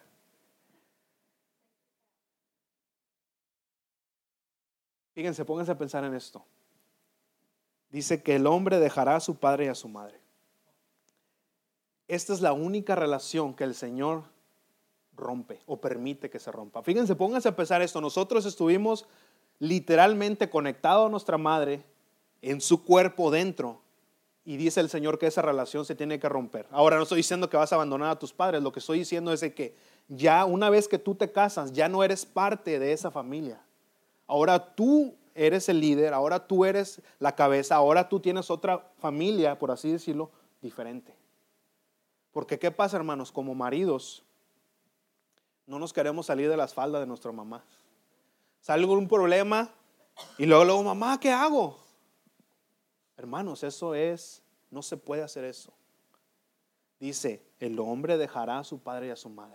Fíjense, pónganse a pensar en esto. Dice que el hombre dejará a su padre y a su madre. Esta es la única relación que el Señor rompe o permite que se rompa. Fíjense, pónganse a pensar esto. Nosotros estuvimos literalmente conectados a nuestra madre en su cuerpo dentro. Y dice el Señor que esa relación se tiene que romper. Ahora no estoy diciendo que vas a abandonar a tus padres. Lo que estoy diciendo es de que ya una vez que tú te casas, ya no eres parte de esa familia. Ahora tú eres el líder, ahora tú eres la cabeza, ahora tú tienes otra familia, por así decirlo, diferente. Porque ¿qué pasa, hermanos? Como maridos, no nos queremos salir de las faldas de nuestra mamá. Sale un problema y luego, mamá, ¿qué hago? Hermanos, no se puede hacer eso. Dice, el hombre dejará a su padre y a su madre.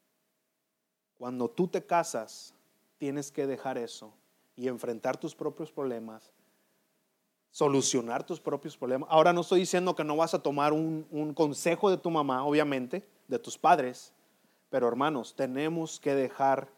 Cuando tú te casas, tienes que dejar eso y enfrentar tus propios problemas, solucionar tus propios problemas. Ahora no estoy diciendo que no vas a tomar un consejo de tu mamá, obviamente, de tus padres, pero hermanos, tenemos que dejar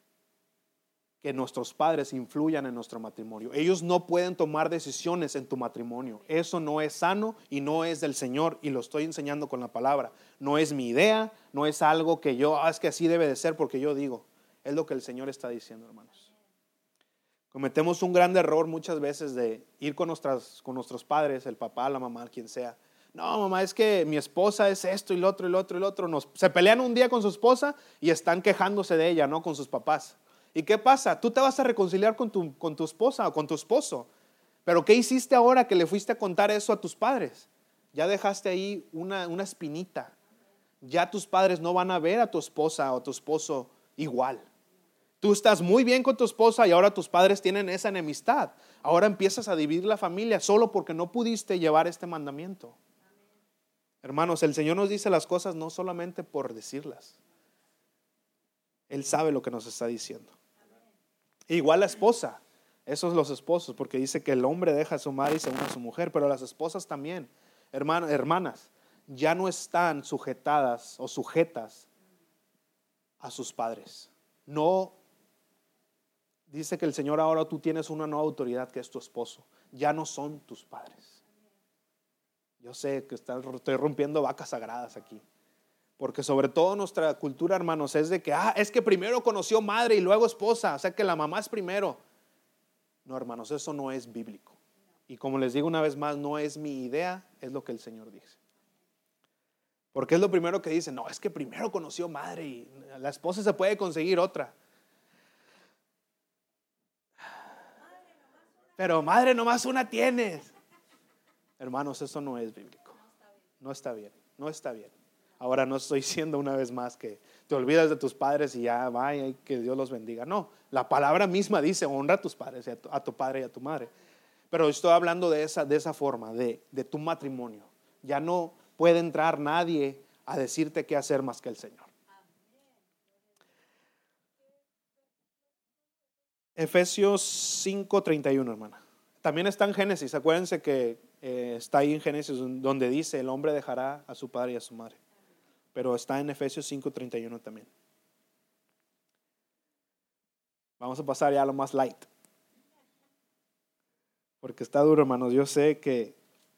que nuestros padres influyan en nuestro matrimonio. Ellos no pueden tomar decisiones en tu matrimonio. Eso no es sano y no es del Señor, y lo estoy enseñando con la palabra. No es mi idea, no es algo que es que así debe de ser porque yo digo. Es lo que el Señor está diciendo, hermanos. Cometemos un gran error muchas veces de ir con nuestros padres, el papá, la mamá, quien sea. No, mamá, es que mi esposa es esto y lo otro y lo otro y lo otro. Se pelean un día con su esposa y están quejándose de ella, ¿no? Con sus papás. ¿Y qué pasa? Tú te vas a reconciliar con tu esposa o con tu esposo. Pero ¿qué hiciste ahora que le fuiste a contar eso a tus padres? Ya dejaste ahí una espinita. Ya tus padres no van a ver a tu esposa o a tu esposo igual. Tú estás muy bien con tu esposa y ahora tus padres tienen esa enemistad. Ahora empiezas a dividir la familia solo porque no pudiste llevar este mandamiento. Hermanos, el Señor nos dice las cosas no solamente por decirlas. Él sabe lo que nos está diciendo. Igual la esposa, esos los esposos, porque dice que el hombre deja a su madre y se une a su mujer, pero las esposas también, hermanas, ya no están sujetadas o sujetas a sus padres. No, dice que el Señor ahora tú tienes una nueva autoridad que es tu esposo. Ya no son tus padres. Yo sé que estoy rompiendo vacas sagradas aquí. Porque sobre todo nuestra cultura, hermanos, es de que es que primero conoció madre y luego esposa, o sea que la mamá es primero. No, hermanos, eso no es bíblico. Y como les digo una vez más, no es mi idea, es lo que el Señor dice. Porque es lo primero que dice, no, es que primero conoció madre y la esposa se puede conseguir otra. Pero madre nomás una tienes. Hermanos, eso no es bíblico. No está bien, no está bien. Ahora no estoy diciendo una vez más que te olvidas de tus padres y ya vaya y que Dios los bendiga. No, la palabra misma dice, honra a tus padres, a tu padre y a tu madre. Pero estoy hablando de esa forma, de tu matrimonio. Ya no puede entrar nadie a decirte qué hacer más que el Señor. Efesios 5:31, hermana. También está en Génesis. Acuérdense que está ahí en Génesis donde dice, el hombre dejará a su padre y a su madre. Pero está en Efesios 5:31 también. Vamos a pasar ya a lo más light. Porque está duro, hermanos. Yo sé que,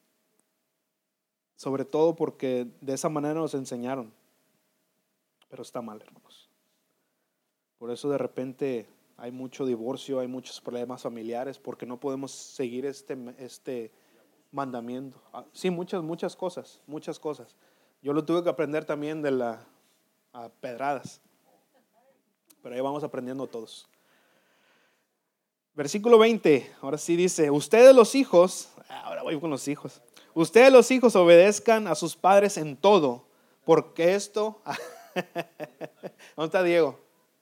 sobre todo porque de esa manera nos enseñaron. Pero está mal, hermanos. Por eso de repente hay mucho divorcio, hay muchos problemas familiares, porque no podemos seguir este mandamiento. Sí, muchas cosas. Yo lo tuve que aprender también a pedradas. Pero ahí vamos aprendiendo todos. Versículo 20, ahora sí dice, ustedes los hijos, ahora voy con los hijos. Ustedes los hijos obedezcan a sus padres en todo, porque esto... ¿Dónde está Diego?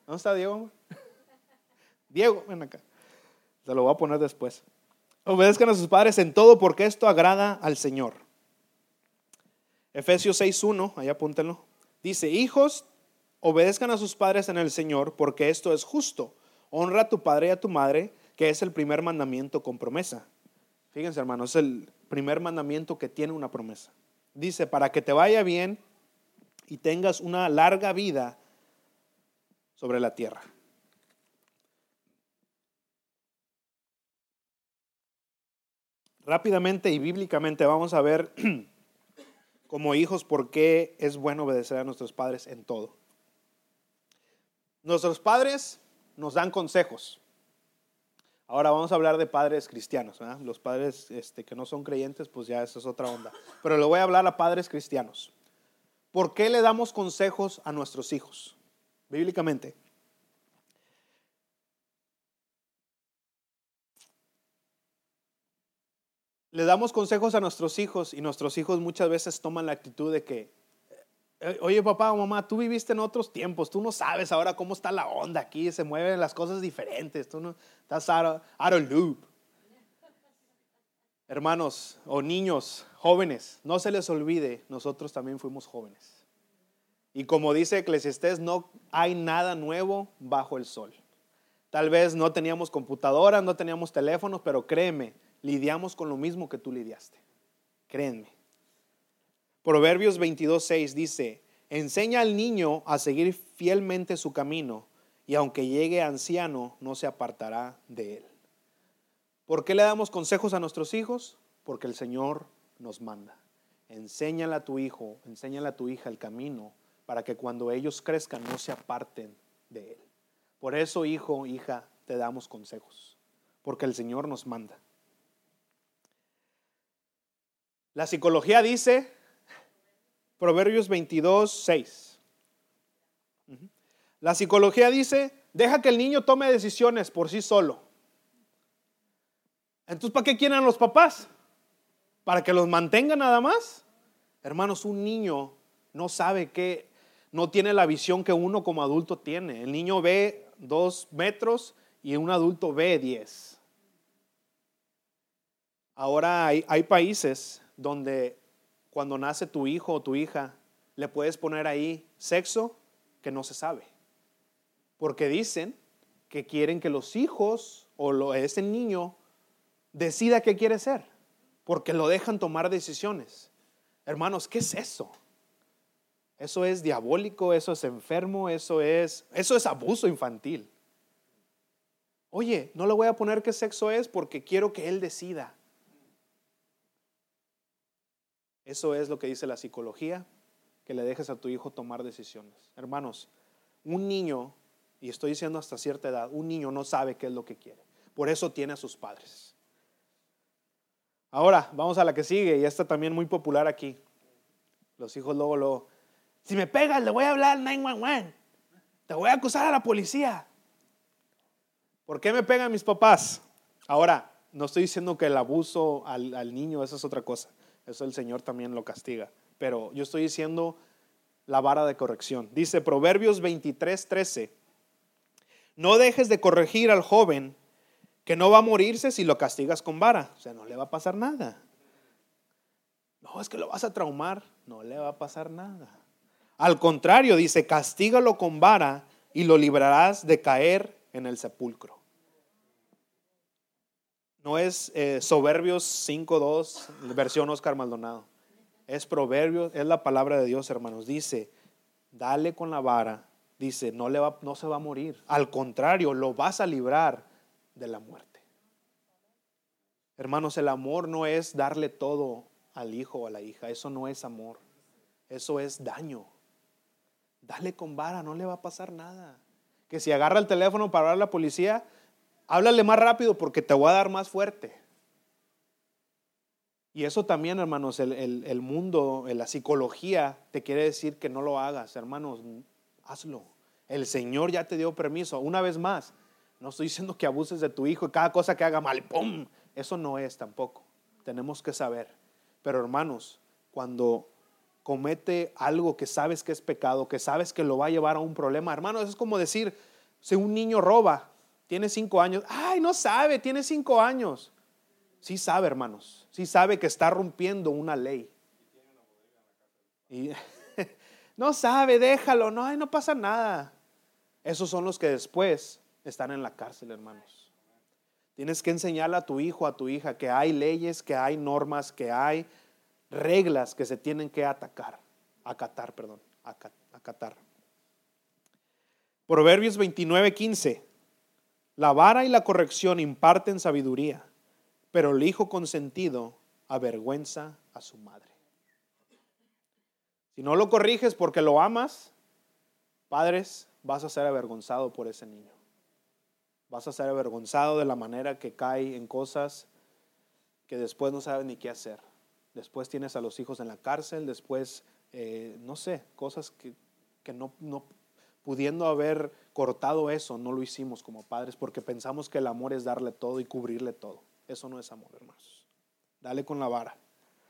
Diego, ven acá. Se lo voy a poner después. Obedezcan a sus padres en todo, porque esto agrada al Señor. Efesios 6:1, ahí apúntenlo. Dice, hijos, obedezcan a sus padres en el Señor, porque esto es justo. Honra a tu padre y a tu madre, que es el primer mandamiento con promesa. Fíjense, hermanos, es el primer mandamiento que tiene una promesa. Dice, para que te vaya bien y tengas una larga vida sobre la tierra. Rápidamente y bíblicamente vamos a ver como hijos por qué es bueno obedecer a nuestros padres en todo. Nuestros padres nos dan consejos. Ahora vamos a hablar de padres cristianos, ¿verdad? Los padres que no son creyentes, pues ya eso es otra onda. Pero le voy a hablar a padres cristianos. ¿Por qué le damos consejos a nuestros hijos? Bíblicamente. Le damos consejos a nuestros hijos y nuestros hijos muchas veces toman la actitud de que, oye papá o mamá, tú viviste en otros tiempos, tú no sabes ahora cómo está la onda aquí, se mueven las cosas diferentes, tú no estás out of loop. Hermanos o niños, jóvenes, no se les olvide, nosotros también fuimos jóvenes. Y como dice Eclesiastés, no hay nada nuevo bajo el sol. Tal vez no teníamos computadoras, no teníamos teléfonos, pero créeme, lidiamos con lo mismo que tú lidiaste. Créanme. Proverbios 22:6 dice, enseña al niño a seguir fielmente su camino y aunque llegue anciano no se apartará de él. ¿Por qué le damos consejos a nuestros hijos? Porque el Señor nos manda. Enséñale a tu hijo, enséñale a tu hija el camino para que cuando ellos crezcan no se aparten de él. Por eso, hijo, hija, te damos consejos, porque el Señor nos manda. La psicología dice, Proverbios 22:6. La psicología dice, deja que el niño tome decisiones por sí solo. Entonces, ¿para qué quieren a los papás? ¿Para que los mantengan nada más? Hermanos, un niño no sabe qué, no tiene la visión que uno como adulto tiene. El niño ve 2 metros y un adulto ve 10. Ahora hay países donde cuando nace tu hijo o tu hija, le puedes poner ahí sexo que no se sabe. Porque dicen que quieren que los hijos o ese niño decida qué quiere ser. Porque lo dejan tomar decisiones. Hermanos, ¿qué es eso? Eso es diabólico, eso es enfermo, eso es abuso infantil. Oye, no le voy a poner qué sexo es porque quiero que él decida. Eso es lo que dice la psicología, que le dejes a tu hijo tomar decisiones. Hermanos, un niño, y estoy diciendo hasta cierta edad, un niño no sabe qué es lo que quiere. Por eso tiene a sus padres. Ahora, vamos a la que sigue, y esta también muy popular aquí. Los hijos luego, si me pegas le voy a hablar al 911. Te voy a acusar a la policía. ¿Por qué me pegan mis papás? Ahora, no estoy diciendo que el abuso al niño, eso es otra cosa. Eso el Señor también lo castiga. Pero yo estoy diciendo la vara de corrección. Dice Proverbios 23:13, no dejes de corregir al joven, que no va a morirse si lo castigas con vara. O sea, no le va a pasar nada. No, es que lo vas a traumar. No le va a pasar nada. Al contrario, dice, castígalo con vara y lo librarás de caer en el sepulcro. No es Proverbios 5:2, versión Oscar Maldonado. Es Proverbios, es la palabra de Dios, hermanos. Dice, dale con la vara. Dice, no se va a morir. Al contrario, lo vas a librar de la muerte. Hermanos, el amor no es darle todo al hijo o a la hija. Eso no es amor. Eso es daño. Dale con vara, no le va a pasar nada. Que si agarra el teléfono para hablar a la policía, háblale más rápido porque te voy a dar más fuerte. Y eso también, hermanos, el mundo, la psicología te quiere decir que no lo hagas. Hermanos, hazlo. El Señor ya te dio permiso. Una vez más, no estoy diciendo que abuses de tu hijo y cada cosa que haga mal, ¡pum! Eso no es tampoco. Tenemos que saber. Pero hermanos, cuando comete algo que sabes que es pecado, que sabes que lo va a llevar a un problema, hermanos, es como decir, si un niño roba, tiene 5 años, ¡ay, no sabe! Tiene 5 años. Sí sabe, hermanos. Sí sabe que está rompiendo una ley. Y no sabe, déjalo, no pasa nada. Esos son los que después están en la cárcel, hermanos. Tienes que enseñarle a tu hijo, a tu hija, que hay leyes, que hay normas, que hay reglas que se tienen que acatar. Proverbios 29:15. La vara y la corrección imparten sabiduría, pero el hijo consentido avergüenza a su madre. Si no lo corriges porque lo amas, padres, vas a ser avergonzado por ese niño. Vas a ser avergonzado de la manera que cae en cosas que después no sabes ni qué hacer. Después tienes a los hijos en la cárcel, después, no sé, cosas que no pudiendo haber cortado eso, no lo hicimos como padres porque pensamos que el amor es darle todo y cubrirle todo. Eso no es amor, hermanos. Dale con la vara.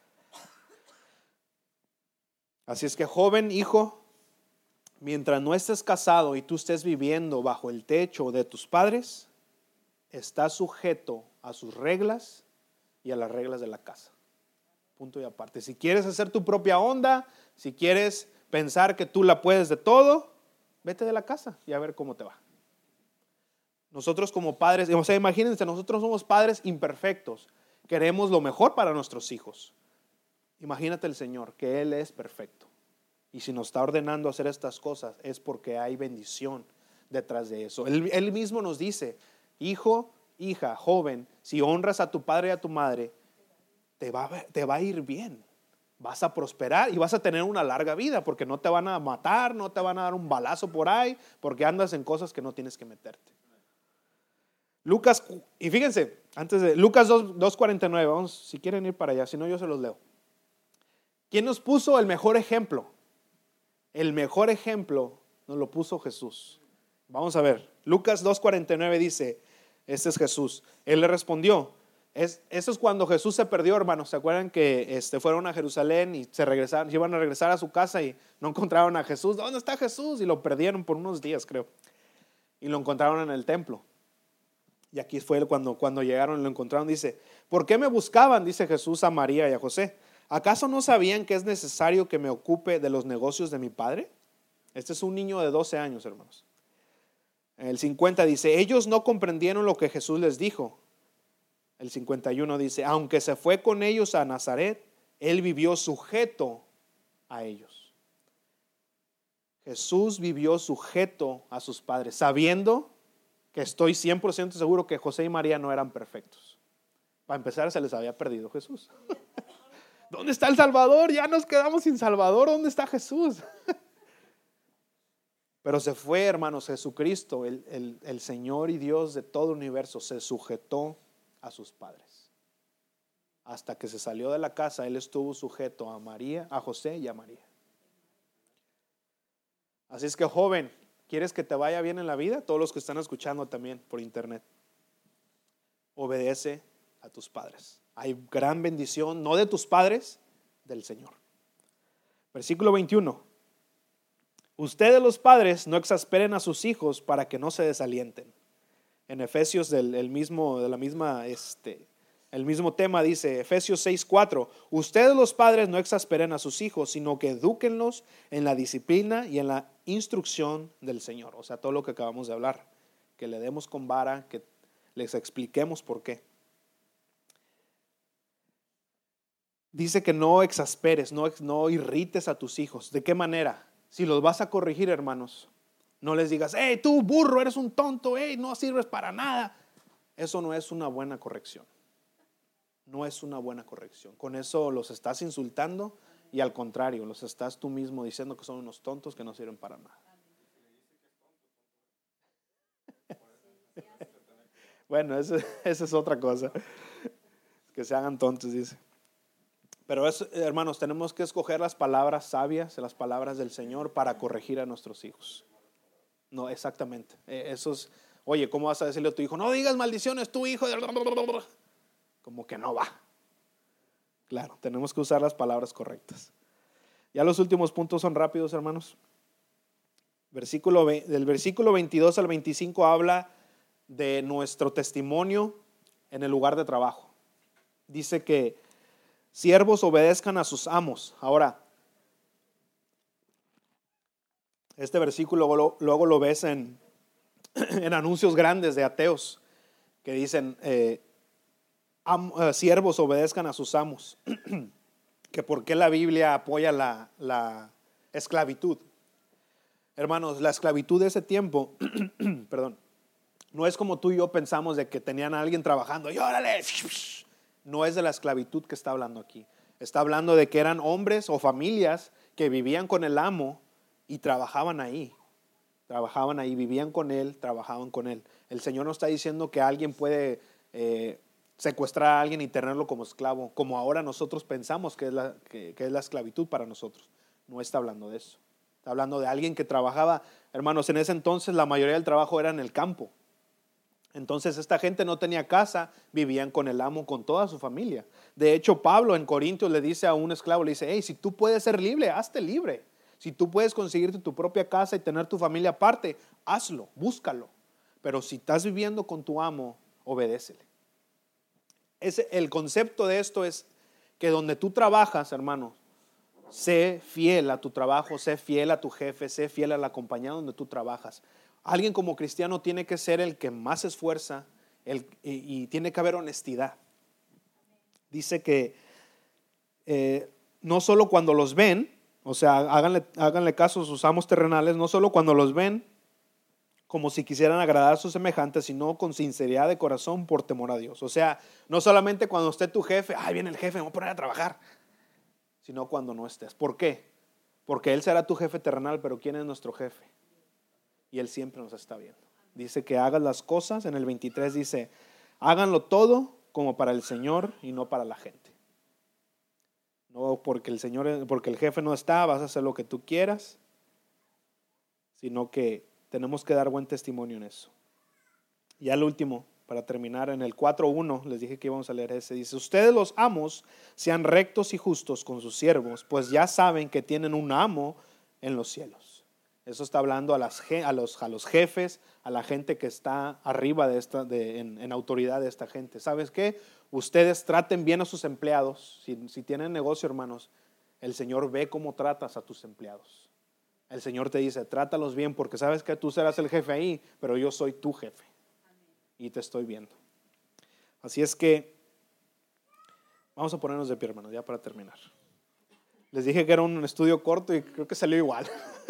Así es que, joven, hijo, mientras no estés casado y tú estés viviendo bajo el techo de tus padres, estás sujeto a sus reglas y a las reglas de la casa. Punto y aparte. Si quieres hacer tu propia onda, si quieres pensar que tú la puedes de todo, vete de la casa y a ver cómo te va. Nosotros como padres, o sea, imagínense, nosotros somos padres imperfectos. Queremos lo mejor para nuestros hijos. Imagínate el Señor, que Él es perfecto. Y si nos está ordenando hacer estas cosas, es porque hay bendición detrás de eso. Él mismo nos dice, hijo, hija, joven, si honras a tu padre y a tu madre, te va a ir bien. Vas a prosperar y vas a tener una larga vida, porque no te van a matar, no te van a dar un balazo por ahí, porque andas en cosas que no tienes que meterte. Lucas, y fíjense, antes de Lucas 2:49, vamos, si quieren ir para allá, si no yo se los leo. ¿Quién nos puso el mejor ejemplo? El mejor ejemplo nos lo puso Jesús. Vamos a ver, Lucas 2:49 dice, este es Jesús. Él le respondió, eso es cuando Jesús se perdió, hermanos. ¿Se acuerdan que fueron a Jerusalén y iban a regresar a su casa y no encontraron a Jesús? ¿Dónde está Jesús? Y lo perdieron por unos días, creo. Y lo encontraron en el templo. Y aquí fue cuando llegaron y lo encontraron. Dice, ¿por qué me buscaban? Dice Jesús a María y a José. ¿Acaso no sabían que es necesario que me ocupe de los negocios de mi padre? Este es un niño de 12 años, hermanos. El 50 dice, ellos no comprendieron lo que Jesús les dijo. El 51 dice, aunque se fue con ellos a Nazaret, él vivió sujeto a ellos. Jesús vivió sujeto a sus padres, sabiendo que estoy 100% seguro que José y María no eran perfectos. Para empezar, se les había perdido Jesús. ¿Dónde está el Salvador? Ya nos quedamos sin Salvador. ¿Dónde está Jesús? Pero se fue, hermanos, Jesucristo, el Señor y Dios de todo el universo, se sujetó a sus padres. Hasta que se salió de la casa, Él estuvo sujeto a María, a José y a María. Así es que, joven, ¿quieres que te vaya bien en la vida? Todos los que están escuchando también por internet, obedece a tus padres. Hay gran bendición, no de tus padres, del Señor. Versículo 21. Ustedes los padres no exasperen a sus hijos para que no se desalienten. En Efesios el mismo tema dice, Efesios 6:4, ustedes los padres no exasperen a sus hijos, sino que edúquenlos en la disciplina y en la instrucción del Señor. O sea, todo lo que acabamos de hablar, que le demos con vara, que les expliquemos por qué. Dice que no exasperes, no irrites a tus hijos. ¿De qué manera? Si los vas a corregir, hermanos, no les digas, hey, tú burro, eres un tonto, hey, no sirves para nada. Eso no es una buena corrección. No es una buena corrección. Con eso los estás insultando y al contrario, los estás tú mismo diciendo que son unos tontos que no sirven para nada. Bueno, esa es otra cosa. Que se hagan tontos, dice. Pero eso, hermanos, tenemos que escoger las palabras sabias, las palabras del Señor para corregir a nuestros hijos. No, exactamente. Eso es, oye, ¿cómo vas a decirle a tu hijo? No digas maldiciones, tu hijo. Como que no va. Claro, tenemos que usar las palabras correctas. Ya los últimos puntos son rápidos, hermanos. Del versículo 22 al 25 habla de nuestro testimonio en el lugar de trabajo. Dice que siervos obedezcan a sus amos. Ahora, este versículo luego lo ves en anuncios grandes de ateos que dicen siervos obedezcan a sus amos. Que por qué la Biblia apoya la esclavitud. Hermanos, la esclavitud de ese tiempo perdón, no es como tú y yo pensamos de que tenían a alguien trabajando y órale. No es de la esclavitud que está hablando aquí. Está hablando de que eran hombres o familias que vivían con el amo y trabajaban ahí. Trabajaban ahí, vivían con él, trabajaban con él. El Señor no está diciendo que alguien puede secuestrar a alguien y tenerlo como esclavo, como ahora nosotros pensamos que es la esclavitud para nosotros. No está hablando de eso. Está hablando de alguien que trabajaba. Hermanos, en ese entonces la mayoría del trabajo era en el campo. Entonces esta gente no tenía casa, vivían con el amo, con toda su familia. De hecho, Pablo en Corintios le dice a un esclavo, le dice, hey, si tú puedes ser libre, hazte libre. Si tú puedes conseguirte tu propia casa y tener tu familia aparte, hazlo, búscalo. Pero si estás viviendo con tu amo, obedécele. El concepto de esto es que donde tú trabajas, hermano, sé fiel a tu trabajo, sé fiel a tu jefe, sé fiel a la compañía donde tú trabajas. Alguien como cristiano tiene que ser el que más se esfuerza y tiene que haber honestidad. Dice que no solo cuando los ven, o sea, háganle caso a sus amos terrenales, no solo cuando los ven como si quisieran agradar a sus semejantes, sino con sinceridad de corazón por temor a Dios. O sea, no solamente cuando esté tu jefe, ay, viene el jefe, me voy a poner a trabajar, sino cuando no estés. ¿Por qué? Porque Él será tu jefe terrenal, pero ¿quién es nuestro jefe? Y Él siempre nos está viendo. Dice que hagas las cosas, en el 23 dice, háganlo todo como para el Señor y no para la gente. No porque el jefe no está, vas a hacer lo que tú quieras, sino que tenemos que dar buen testimonio en eso. Y al último, para terminar, en el 4:1, les dije que íbamos a leer ese, dice, ustedes los amos sean rectos y justos con sus siervos, pues ya saben que tienen un amo en los cielos. Eso está hablando a los jefes, a la gente que está arriba en autoridad de esta gente. ¿Sabes qué? Ustedes traten bien a sus empleados. Si tienen negocio, hermanos, el Señor ve cómo tratas a tus empleados. El Señor te dice, trátalos bien, porque sabes que tú serás el jefe ahí, pero yo soy tu jefe. Y te estoy viendo. Así es que vamos a ponernos de pie, hermanos, ya para terminar. Les dije que era un estudio corto y creo que salió igual.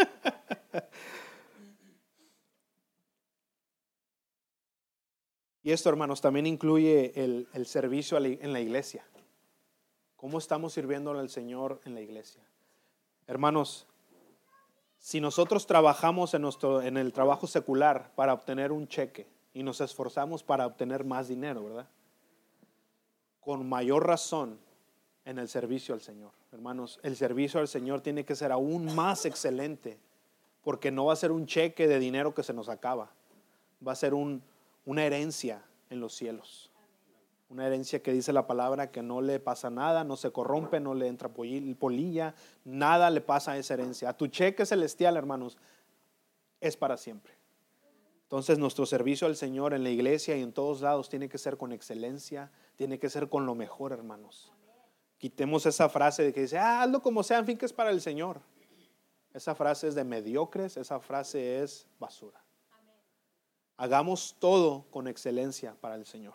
Y esto, hermanos, también incluye el servicio en la iglesia. ¿Cómo estamos sirviéndole al Señor en la iglesia? Hermanos, si nosotros trabajamos en el trabajo secular para obtener un cheque y nos esforzamos para obtener más dinero, ¿verdad? Con mayor razón en el servicio al Señor. Hermanos, el servicio al Señor tiene que ser aún más excelente, porque no va a ser un cheque de dinero que se nos acaba, va a ser una herencia en los cielos. Una herencia que dice la palabra que no le pasa nada, no se corrompe, no le entra polilla, nada le pasa a esa herencia. A tu cheque celestial, hermanos, es para siempre. Entonces nuestro servicio al Señor en la iglesia y en todos lados tiene que ser con excelencia, tiene que ser con lo mejor, hermanos. Quitemos esa frase de que dice, hazlo como sea, en fin, que es para el Señor. Esa frase es de mediocres, esa frase es basura. Hagamos todo con excelencia para el Señor.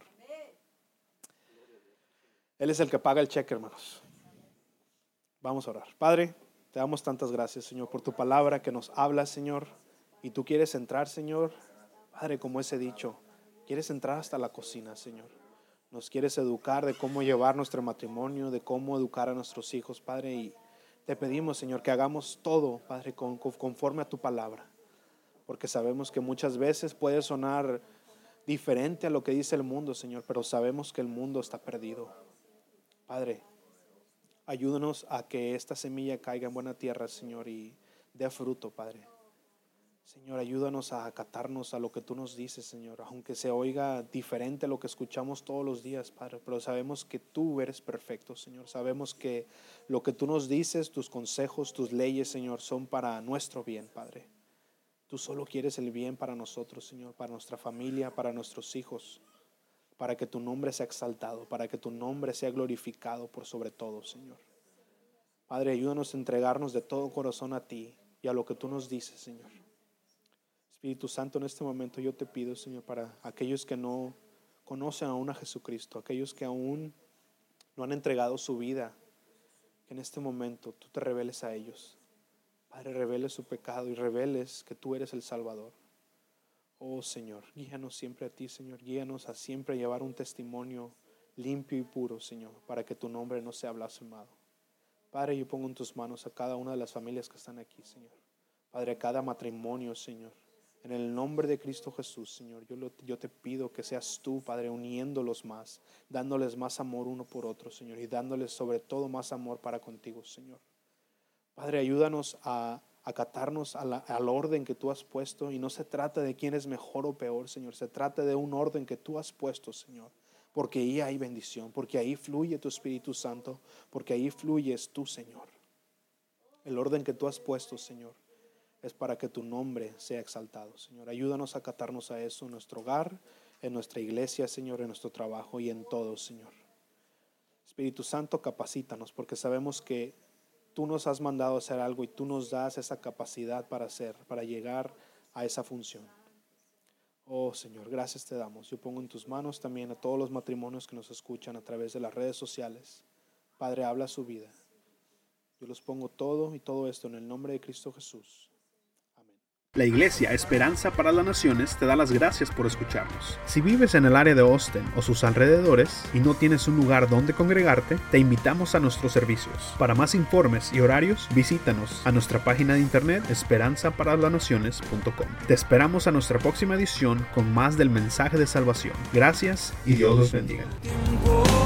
Él es el que paga el cheque, hermanos. Vamos a orar. Padre, te damos tantas gracias, Señor, por tu palabra que nos habla, Señor. Y tú quieres entrar, Señor, Padre, como ese dicho, quieres entrar hasta la cocina, Señor. Nos quieres educar de cómo llevar nuestro matrimonio, de cómo educar a nuestros hijos, Padre. Y te pedimos, Señor, que hagamos todo, Padre, conforme a tu palabra. Porque sabemos que muchas veces puede sonar diferente a lo que dice el mundo, Señor, pero sabemos que el mundo está perdido. Padre, ayúdanos a que esta semilla caiga en buena tierra, Señor, y dé fruto, Padre. Señor, ayúdanos a acatarnos a lo que tú nos dices, Señor, aunque se oiga diferente a lo que escuchamos todos los días, Padre, pero sabemos que tú eres perfecto, Señor. Sabemos que lo que tú nos dices, tus consejos, tus leyes, Señor, son para nuestro bien, Padre. Tú solo quieres el bien para nosotros, Señor, para nuestra familia, para nuestros hijos, para que tu nombre sea exaltado, para que tu nombre sea glorificado por sobre todo, Señor. Padre, ayúdanos a entregarnos de todo corazón a ti y a lo que tú nos dices, Señor. Espíritu Santo, en este momento yo te pido, Señor, para aquellos que no conocen aún a Jesucristo, aquellos que aún no han entregado su vida, que en este momento tú te reveles a ellos. Padre, reveles su pecado y reveles que tú eres el Salvador. Oh Señor, guíanos siempre a ti, Señor. Guíanos a siempre llevar un testimonio limpio y puro, Señor, para que tu nombre no sea blasfemado. Padre, yo pongo en tus manos a cada una de las familias que están aquí, Señor. Padre, a cada matrimonio, Señor. En el nombre de Cristo Jesús, Señor, yo te pido que seas tú, Padre, uniéndolos más, dándoles más amor uno por otro, Señor, y dándoles sobre todo más amor para contigo, Señor. Padre, ayúdanos a acatarnos al orden que tú has puesto, y no se trata de quién es mejor o peor, Señor, se trata de un orden que tú has puesto, Señor, porque ahí hay bendición, porque ahí fluye tu Espíritu Santo, porque ahí fluyes tú, Señor. El orden que tú has puesto, Señor, es para que tu nombre sea exaltado, Señor. Ayúdanos a acatarnos a eso en nuestro hogar, en nuestra iglesia, Señor, en nuestro trabajo y en todo, Señor. Espíritu Santo, capacítanos, porque sabemos que tú nos has mandado a hacer algo y tú nos das esa capacidad para hacer, para llegar a esa función. Oh Señor, gracias te damos. Yo pongo en tus manos también a todos los matrimonios que nos escuchan a través de las redes sociales. Padre, habla su vida. Yo los pongo todo y todo esto en el nombre de Cristo Jesús. La Iglesia Esperanza para las Naciones te da las gracias por escucharnos. Si vives en el área de Austin o sus alrededores y no tienes un lugar donde congregarte, te invitamos a nuestros servicios. Para más informes y horarios, visítanos a nuestra página de internet esperanzaparalanaciones.com. Te esperamos a nuestra próxima edición con más del mensaje de salvación. Gracias y Dios los bendiga.